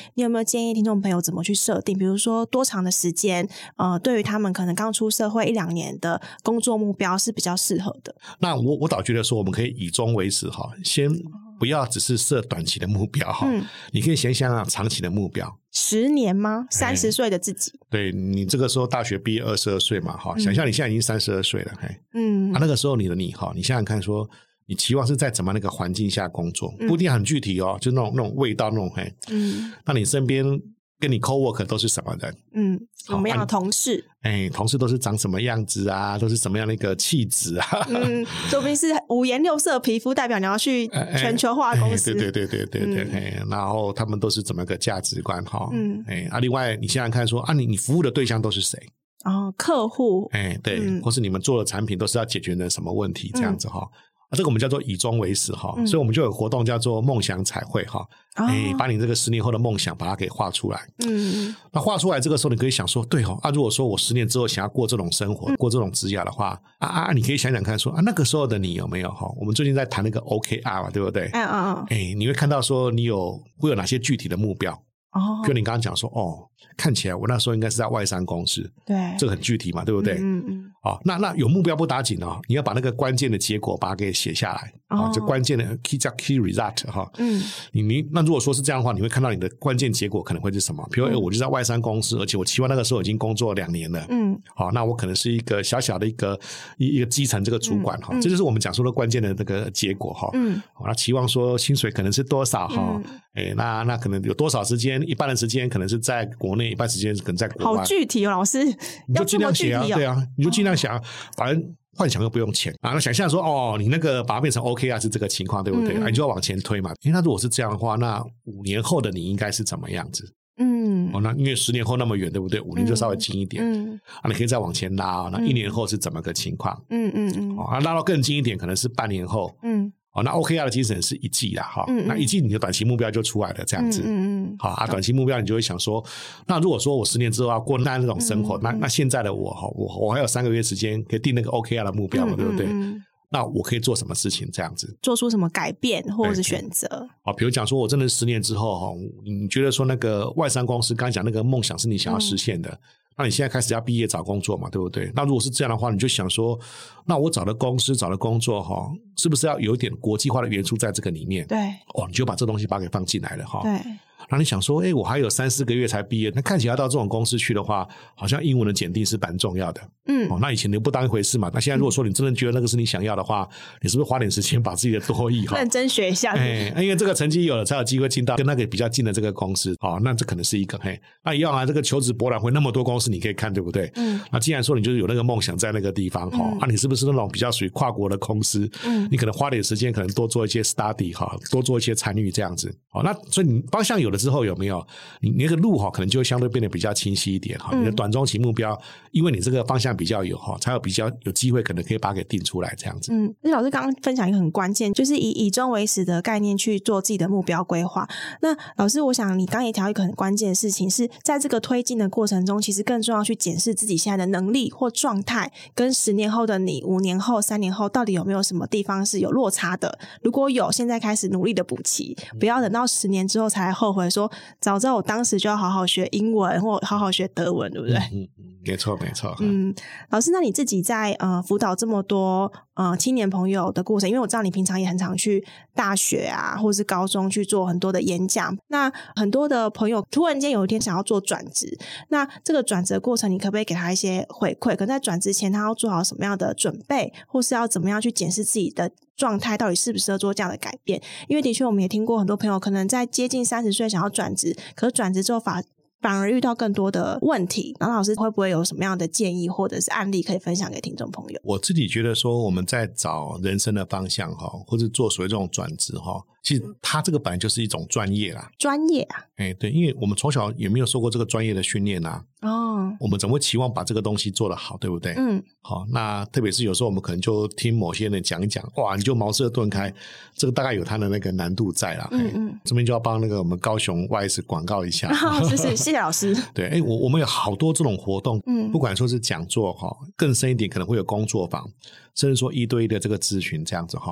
你有没有建议听众朋友怎么去设定？比如说多长的时间，呃，对于他们可能刚出社会一两年的工作目标是比较适合的？那我我倒觉得说，我们可以以终为始哈，先不要只是设短期的目标哈、嗯，你可以先想想长期的目标。 十年吗？三十岁的自己？ 对，你这个时候大学毕业二十二岁嘛哈、嗯，想象你现在已经三十二岁了，嗯，啊，那个时候你的你哈，你想想看说。你期望是在怎么样的一个环境下工作，不一定很具体哦，就那种那种味道那种嘿，嗯，那你身边跟你 co-work 都是什么人？嗯， 什么样的同事？ 哎、啊，同事都是长什么样子啊？都是什么样的一个气质啊？ 嗯，说不定是五颜六色皮肤，代表你要去全球化公司。 哎、对对对对对对、嗯，然后他们都是怎么个价值观哈？嗯，哎啊，另外你想想看说啊，你你服务的对象都是谁？ 哦，客户。 哎，对、嗯，或是你们做的产品都是要解决的什么问题？这样子哈。嗯啊、这个我们叫做以终为始哈、嗯，所以我们就有活动叫做梦想彩绘哈，哎、哦欸，把你这个十年后的梦想把它给画出来。嗯，那画出来这个时候你可以想说，对哦，啊，如果说我十年之后想要过这种生活，嗯、过这种职业的话，啊啊，你可以想想看说啊，那个时候的你有没有哈？我们最近在谈那个 O K R 嘛，对不对？嗯嗯嗯，哎，你会看到说你有会有哪些具体的目标？哦，就你刚刚讲说，哦，看起来我那时候应该是在外商公司， 对， 这个很具体嘛，对不对？嗯嗯。哦，那那有目标不打紧哦，你要把那个关键的结果把它给写下来，哦，哦就关键的 key 叫 key result 哈、哦。嗯，你你那如果说是这样的话，你会看到你的关键结果可能会是什么？比如、嗯、我就在外商公司，而且我期望那个时候已经工作两年了，嗯，好、哦，那我可能是一个小小的一个一一个基层这个主管哈、嗯哦，这就是我们讲说的关键的那个结果哈。嗯，好、哦，那期望说薪水可能是多少哈？哎、嗯，那那可能有多少时间？一半的时间可能是在国内，一半时间可能在国外。 好具体哦，老师， 你就尽量写啊，对啊，你就尽量想，反正幻想又不用钱啊。那想象说，哦，你那个把它变成 O K R 是这个情况，对不对？嗯、啊，你就要往前推嘛。因为那如果是这样的话，那五年后的你应该是怎么样子？嗯，哦，那因为十年后那么远，对不对？五年就稍微近一点，嗯，啊，你可以再往前拉，那一年后是怎么个情况？嗯嗯嗯，哦，啊，拉到更近一点，可能是半年后，嗯。哦，那 O K R 的精神是一季啦，哈、嗯嗯，那一季你的短期目标就出来了，这样子，嗯嗯，好啊，短期目标你就会想说，那如果说我十年之后要过那那种生活，嗯嗯、那那现在的我哈，我我还有三个月时间可以定那个 O K R 的目标嘛，嗯嗯、对不对？那我可以做什么事情？这样子做出什么改变或者是选择？ 好，比如讲说，我真的十年之后哈，你觉得说那个外商公司刚才讲那个梦想是你想要实现的。嗯，那你现在开始要毕业找工作嘛，对不对？那如果是这样的话，你就想说，那我找的公司找的工作哈，是不是要有一点国际化的元素在这个里面？ 对， 哦，你就把这东西把它给放进来了哈。 对。 然后你想说，哎，我还有三四个月才毕业，那看起来到这种公司去的话，好像英文的检定是蛮重要的。嗯，哦，那以前你不当一回事嘛。那现在如果说你真的觉得那个是你想要的话，你是不是花点时间把自己的多益哈认真学一下？ 哎，因为这个成绩有了，才有机会进到跟那个比较近的这个公司。哦，那这可能是一个嘿。那一样啊，这个求职博览会那么多公司你可以看，对不对？嗯。那既然说你就是有那个梦想在那个地方哈、嗯，啊，你是不是那种比较属于跨国的公司？嗯，你可能花点时间，可能多做一些 study 哈，多做一些参与这样子。好，那所以你方向有了之后，有没有？你那个路哈，可能就会相对变得比较清晰一点哈、嗯。你的短中期目标，因为你这个方向比较有哈，才有比较有机会，可能可以把它给定出来这样子。 嗯，那老师刚刚分享一个很关键，就是以以终为始的概念去做自己的目标规划。那老师，我想你刚刚也提到一个很关键的事情，是在这个推进的过程中，其实更重要去检视自己现在的能力或状态，跟十年后的你、五年后、三年后到底有没有什么地方是有落差的。如果有，现在开始努力的补齐，不要等到十年之后才后悔说，早知道我当时就要好好学英文或好好学德文，对不对？ 嗯嗯，没错没错。 嗯，老师，那你自己在呃辅导这么多呃青年朋友的过程，因为我知道你平常也很常去大学啊或是高中去做很多的演讲，那很多的朋友突然间有一天想要做转职，那这个转职的过程你可不可以给他一些回馈？可能在转职前他要做好什么样的准备，或是要怎么样去检视自己的状态到底适不适合做这样的改变？因为的确我们也听过很多朋友可能在接近三十岁想要转职，可是转职之后反反而遇到更多的问题，然后老师会不会有什么样的建议或者是案例可以分享给听众朋友？ 我自己觉得说我们在找人生的方向或者做所谓这种转职，其实它这个本来就是一种专业啦。 专业啊？ 哎，对，因为我们从小也没有受过这个专业的训练啊。哦，我们怎么会期望把这个东西做得好，对不对？嗯，好，那特别是有时候我们可能就听某些人讲一讲，哇，你就茅塞顿开，这个大概有它的那个难度在啦。嗯嗯，这边就要帮那个我们高雄 Y S 广告一下。 哦，是是，谢谢老师。 对，哎，我我们有好多这种活动，嗯，不管说是讲座哈，更深一点可能会有工作坊，甚至说一对一的这个咨询这样子哈。嗯。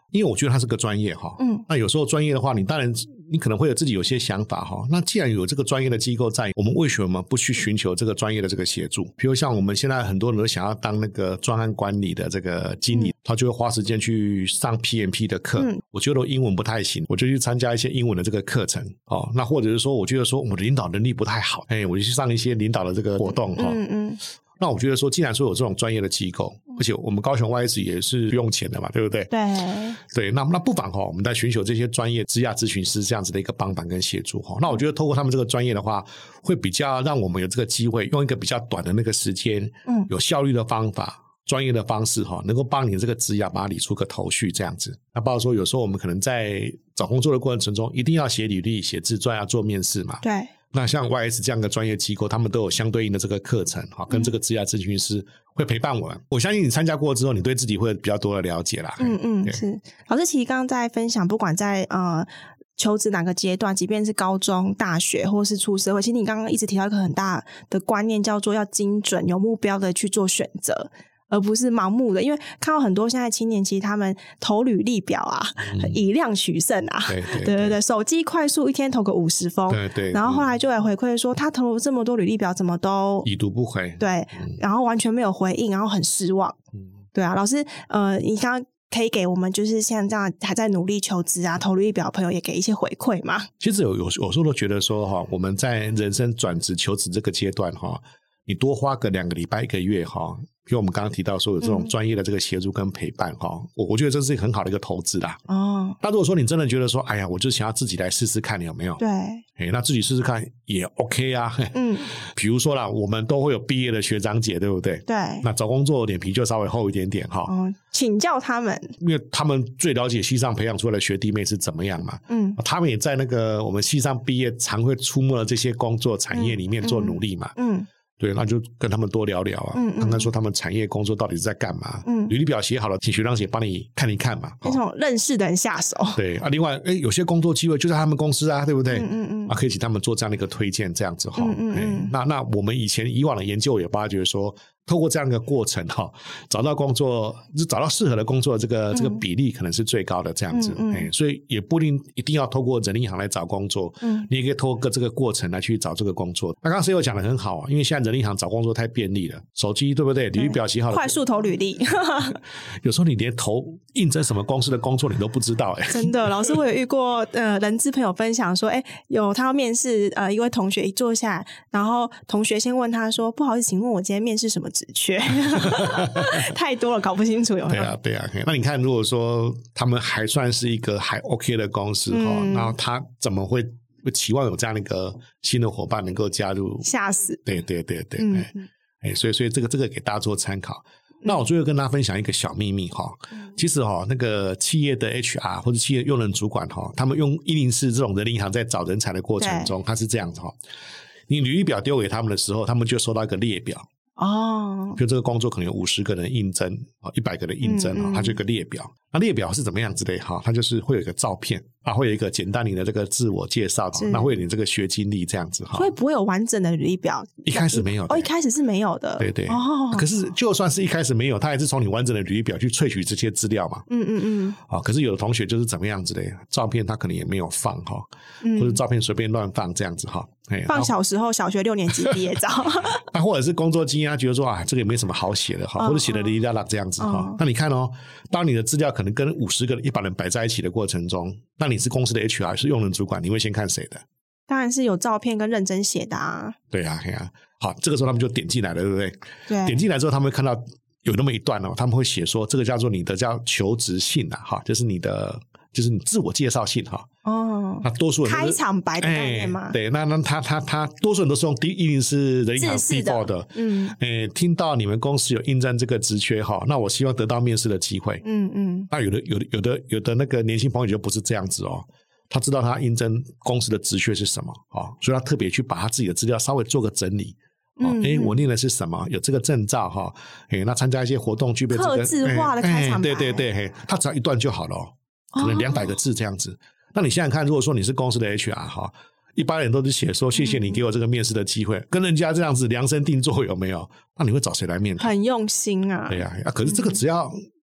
因为我觉得它是个专业哈， 嗯， 那有时候专业的话，你当然你可能会有自己有些想法哈。那既然有这个专业的机构在，我们为什么不去寻求这个专业的这个协助？比如像我们现在很多人都想要当那个专案管理的这个经理，嗯、他就会花时间去上 P M P 的课。嗯、我觉得我英文不太行，我就去参加一些英文的这个课程哦。那或者是说，我觉得说我的领导能力不太好，哎，我就去上一些领导的这个活动哈。嗯嗯。那我觉得说，既然说有这种专业的机构，而且我们高雄 Y S 也是不用钱的嘛，对不对？ 对对，那那不妨哈，我们在寻求这些专业职涯咨询师这样子的一个帮忙跟协助哈。那我觉得透过他们这个专业的话，会比较让我们有这个机会，用一个比较短的那个时间，嗯，有效率的方法。专业的方式哈，能够帮你这个职涯把它理出个头绪这样子。那包括说有时候我们可能在找工作的过程中，一定要写履历、写自传、要做面试嘛。 对。 那像 Y S 这样的专业机构，他们都有相对应的这个课程哈，跟这个职涯咨询师会陪伴我们。我相信你参加过之后，你对自己会有比较多的了解啦。 嗯嗯，是。老师其实刚刚在分享，不管在呃求职哪个阶段，即便是高中、大学或是出社会，其实你刚刚一直提到一个很大的观念，叫做要精准、有目标的去做选择。而不是盲目的，因为看到很多现在青年，其实他们投履历表啊，嗯、以量取胜啊， 对对 对, 对对对，手机快速一天投个五十封， 对 对, 对， 然后后来就来回馈说，他投了这么多履历表，怎么都已读不回， 对，嗯、然后完全没有回应，然后很失望。嗯，对啊，老师，呃，你刚刚可以给我们就是像这样还在努力求职啊，投履历表的朋友也给一些回馈吗？ 其实有有有时候都觉得说哈，我们在人生转职求职这个阶段哈，你多花个两个礼拜一个月哈。因为我们刚刚提到说有这种专业的这个协助跟陪伴哈、嗯，我我觉得这是一个很好的一个投资啦。哦，那如果说你真的觉得说，哎呀，我就想要自己来试试看，有没有？ 对， 哎，那自己试试看也 OK 啊。嗯，比如说啦，我们都会有毕业的学长姐，对不对？ 对。 那找工作脸皮就稍微厚一点点哈。 嗯，请教他们， 因为他们最了解系上培养出来的学弟妹是怎么样嘛。嗯，他们也在那个我们系上毕业常会出没的这些工作产业里面做努力嘛。嗯。嗯对，那就跟他们多聊聊啊，嗯嗯看看说他们产业工作到底是在干嘛。嗯，履历表写好了，请学长姐帮你看一看嘛。 那种认识的人下手。 对啊，另外，哎，有些工作机会就在他们公司啊，对不对？嗯嗯嗯。啊，可以请他们做这样的一个推荐，这样子哈。嗯嗯嗯。那那我们以前以往的研究也发觉说，透过这样一个过程哈，找到工作，找到适合的工作的这个、嗯、这个比例可能是最高的这样子。嗯嗯哎，所以也不一定一定要透过人力银行来找工作。嗯。你也可以透过这个过程来去找这个工作。那刚刚谁有讲的很好啊，因为现在人力银行找工作太便利了，手机对不对？履历表写好了， 快速投履历。 有时候你连投应征什么公司的工作你都不知道哎、欸。 真的，老师我有遇过呃人资朋友分享说，哎，有他要面试呃一位同学一坐下来，然后同学先问他说，不好意思，请问我今天面试什么职缺？太多了，搞不清楚有没有？ 对啊，对啊。那你看，如果说他们还算是一个还 OK 的公司哈、嗯，然后他怎么会期望有这样的一个新的伙伴能够加入？ 吓死！ 对对对对，嗯、哎，所以所以这个这个给大家做参考。那我最后跟大家分享一个小秘密哈，其实哈那个企业的 H R 或者企业用人主管哈，他们用一零四这种人力银行在找人才的过程中，它是这样子哈，你履历表丢给他们的时候，他们就收到一个列表。哦，就这个工作可能有五十个人应征啊，一百个人应征啊，它就有一个列表。那列表是怎么样子的哈？它就是会有一个照片啊，会有一个简单你的这个自我介绍，那会有你这个学经历这样子哈。 所以不会有完整的履历表， 一开始没有的。 哦，一开始是没有的。 对对。哦。可是就算是一开始没有，他还是从你完整的履历表去萃取这些资料嘛。嗯嗯嗯。啊，可是有的同学就是怎么样子的，照片他可能也没有放哈，嗯、或者照片随便乱放这样子哈。 放小时候小学六年级毕业照， 那或者是工作经验，他觉得说啊，这个也没什么好写的哈，或者写的哩哩啦啦这样子哈。那你看哦，当你的资料可能跟五十个一百人摆在一起的过程中，那你是公司的 H R 是用人主管，你会先看谁的？ 当然是有照片跟认真写的啊。 对啊，对啊。好，这个时候他们就点进来了，对不对？ 对。 点进来之后，他们会看到有那么一段哦，他们会写说这个叫做你的叫求职信啊，哈，就是你的。就是你自我介绍信哈，哦，那多数人开场白的概念吗？ 欸、对，那那他他他多数人都是用第一定是人银行 default 的，嗯，诶、欸，听到你们公司有应征这个职缺哈，那我希望得到面试的机会，嗯嗯，那有的有的有的有的那个年轻朋友就不是这样子哦，他知道他应征公司的职缺是什么啊，所以他特别去把他自己的资料稍微做个整理。哦，哎，我念的是什么？有这个证照哈，哎，那参加一些活动具备这个客制化的开场白， 对对对，嘿，他只要一段就好了、哦。可能两百个字这样子、哦，那你想想看，如果说你是公司的 H R 哈，一般人都是写说谢谢你给我这个面试的机会、嗯，跟人家这样子量身定做有没有？那你会找谁来面？ 很用心啊， 对呀、啊，啊，可是这个只要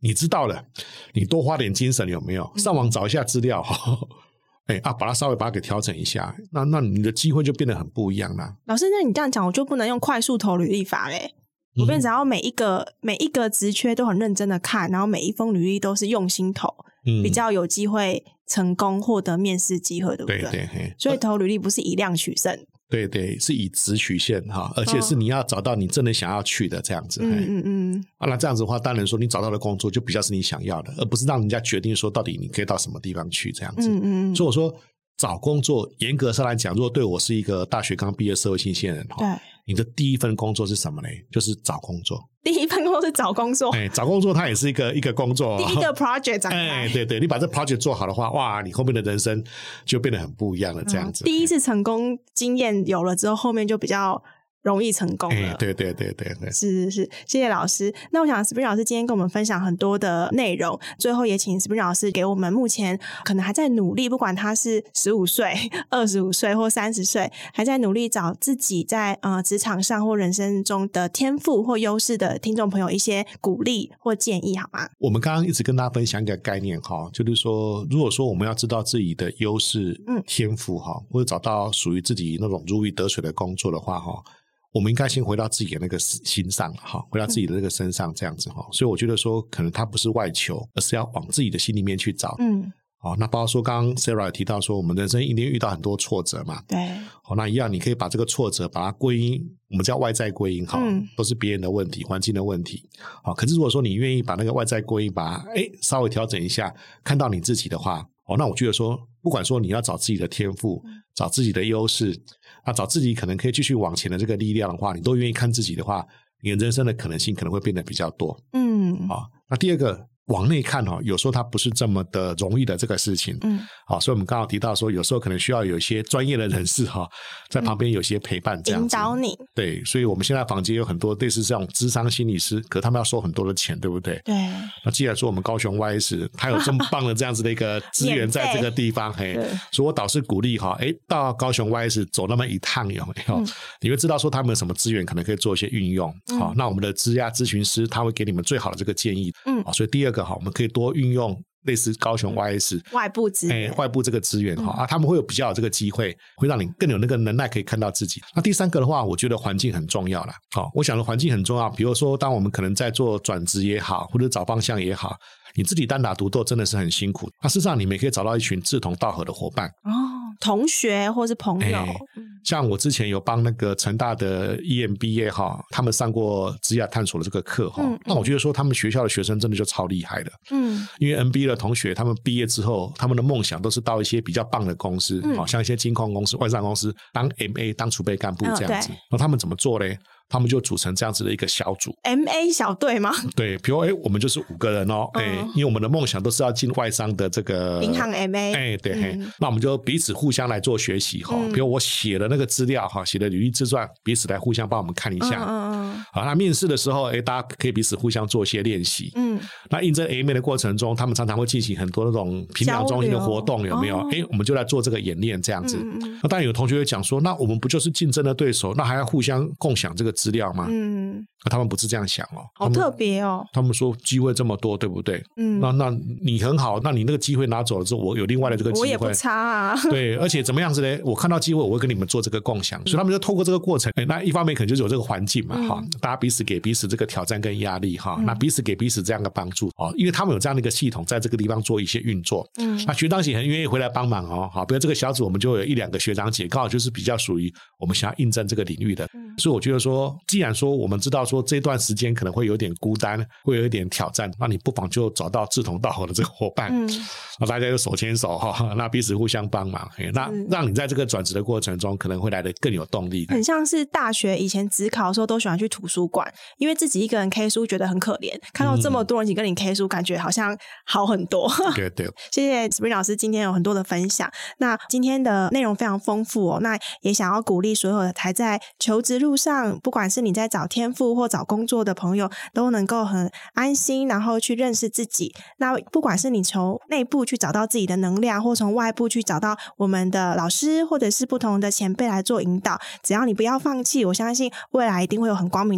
你知道了，你多花点精神有没有？上网找一下资料，哎啊，把它稍微把它给调整一下，那那你的机会就变得很不一样了。 老师，那你这样讲，我就不能用快速投履历法嘞。我变只要每一个、嗯、每一个职缺都很认真的看，然后每一封履历都是用心投，嗯、比较有机会成功获得面试机会，对不对？ 对对， 所以投履历不是以量取胜。 对对，是以质取线哈，而且是你要找到你真的想要去的这样子。嗯嗯嗯。啊，那这样子的话，当然说你找到的工作就比较是你想要的，而不是让人家决定说到底你可以到什么地方去这样子。嗯嗯。所以我说找工作，严格上来讲，如果对我是一个大学刚毕业社会新鲜人哈，对，你的第一份工作是什么呢？就是找工作。 第一份工作是找工作， 哎，找工作它也是一个一个工作， 第一个 project 展开。 哎，对对，你把这 project 做好的话，哇，你后面的人生就变得很不一样了，这样子。 嗯、第一次成功经验有了之后，后面就比较容易成功了。 哎，对对对对对， 是是是，谢谢老师。那我想 Spring 老师今天跟我们分享很多的内容，最后也请 Spring 老师给我们目前可能还在努力，不管他是十五岁、二十五岁或三十岁，还在努力找自己在呃职场上或人生中的天赋或优势的听众朋友一些鼓励或建议，好吗？ 我们刚刚一直跟大家分享一个概念哈，就是说，如果说我们要知道自己的优势、嗯、天赋哈，或者找到属于自己那种如鱼得水的工作的话哈。我们应该先回到自己的那个心上哈，回到自己的那个身上这样子哈、嗯，所以我觉得说，可能它不是外求，而是要往自己的心里面去找。嗯，好，那包括说刚刚 Sarah 也提到说，我们人生一定遇到很多挫折嘛，对，好，那一样你可以把这个挫折把它归因，我们叫外在归因哈、嗯，都是别人的问题、环境的问题。好，可是如果说你愿意把那个外在归因把它哎稍微调整一下，看到你自己的话，哦，那我觉得说，不管说你要找自己的天赋，找自己的优势。那找自己可能可以继续往前的这个力量的话，你都愿意看自己的话，你的人生的可能性可能会变得比较多。嗯，好，那第二个往内看哈，有时候它不是这么的容易的这个事情。嗯，好，所以我们刚好提到说，有时候可能需要有一些专业的人士哈，在旁边有些陪伴这样子，引导你。 对，所以我们现在坊间有很多类似这种咨商心理师，可是他们要收很多的钱，对不对？对。那既然说我们高雄 Y S 他有这么棒的这样子的一个资源在这个地方，嘿，所以我导师鼓励哈，哎，到高雄 Y S 走那么一趟有没有？嗯、你会知道说他们有什么资源可能可以做一些运用。好、嗯，那我们的职涯咨询师他会给你们最好的这个建议。嗯，好，所以第二个哈，我们可以多运用类似高雄 Y S 外部资源、 欸、外部这个资源、嗯、啊，他们会有比较有这个机会，会让你更有那个能耐可以看到自己。那第三个的话，我觉得环境很重要啦。好，我想的环境很重要，比如说当我们可能在做转职也好，或者找方向也好，你自己单打独斗真的是很辛苦。那事实上你们也可以找到一群志同道合的伙伴哦，同学或是朋友、欸、 像我之前有帮那个成大的 E M B A 哈，他们上过职业探索的这个课哈、嗯嗯，那我觉得说他们学校的学生真的就超厉害的。嗯，因为 N B A 的同学他们毕业之后，他们的梦想都是到一些比较棒的公司，嗯、好像一些金控公司、外商公司当 M A 当储备干部这样子。那、哦、他们怎么做嘞？他们就组成这样子的一个小组 M A 小队吗？ 对，比如哎，我们就是五个人哦，哎、嗯，因为我们的梦想都是要进外商的这个银行 M A， 哎，对、嗯，那我们就彼此互相来做学习哈、嗯。比如我写的那个资料哈，写的履历自传，彼此来互相帮我们看一下。嗯嗯。好，那面试的时候，哎，大家可以彼此互相做一些练习。嗯。那应征 M A 的过程中，他们常常会进行很多那种评量中心的活动，有没有？哎、哦，我们就来做这个演练这样子。嗯嗯。那当然有同学会讲说，那我们不就是竞争的对手，那还要互相共享这个资料吗？嗯。他们不是这样想哦， 好特别哦。 他们说机会这么多，对不对？嗯，那那你很好，那你那个机会拿走了之后，我有另外的这个机会， 我也不差啊。 对，而且怎么样子呢？我看到机会，我会跟你们做这个共享，所以他们就透过这个过程，哎，那一方面可能就是有这个环境嘛，哈、嗯，大家彼此给彼此这个挑战跟压力，哈、嗯，那彼此给彼此这样的帮助哦，因为他们有这样的一个系统在这个地方做一些运作，嗯，那学长姐很愿意回来帮忙哦，好，比如这个小组我们就有一两个学长姐，刚好就是比较属于我们想要应征这个领域的，嗯、所以我觉得说，既然说我们知道说这段时间可能会有点孤单，会有一点挑战，那你不妨就找到志同道合的这个伙伴，嗯，那大家就手牵手哈，那彼此互相帮忙，那让你在这个转职的过程中可能会来得更有动力。 很像是大学以前指考的时候都喜欢去图书馆，因为自己一个人 K 书觉得很可怜，看到这么多人一起跟你 K 书，感觉好像好很多。 对对， 谢谢 Spring 老师今天有很多的分享。那今天的内容非常丰富哦，那也想要鼓励所有的还在求职路上，不管是你在找天赋或找工作的朋友，都能够很安心，然后去认识自己。那不管是你从内部去找到自己的能量，或从外部去找到我们的老师或者是不同的前辈来做引导，只要你不要放弃，我相信未来一定会有很光明的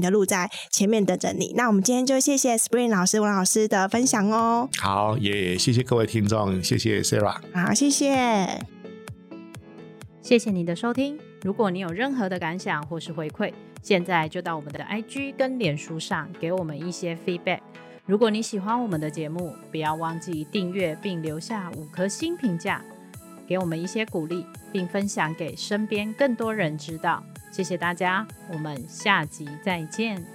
的路在前面等着你。那我们今天就谢谢 Spring 老师、文老师的分享哦。 好，也谢谢各位听众，谢谢 Sarah。 好，谢谢。 谢谢你的收听。如果你有任何的感想或是回馈，现在就到我们的 I G 跟脸书上给我们一些 feedback。如果你喜欢我们的节目，不要忘记订阅并留下五颗星评价，给我们一些鼓励，并分享给身边更多人知道。谢谢大家，我们下集再见。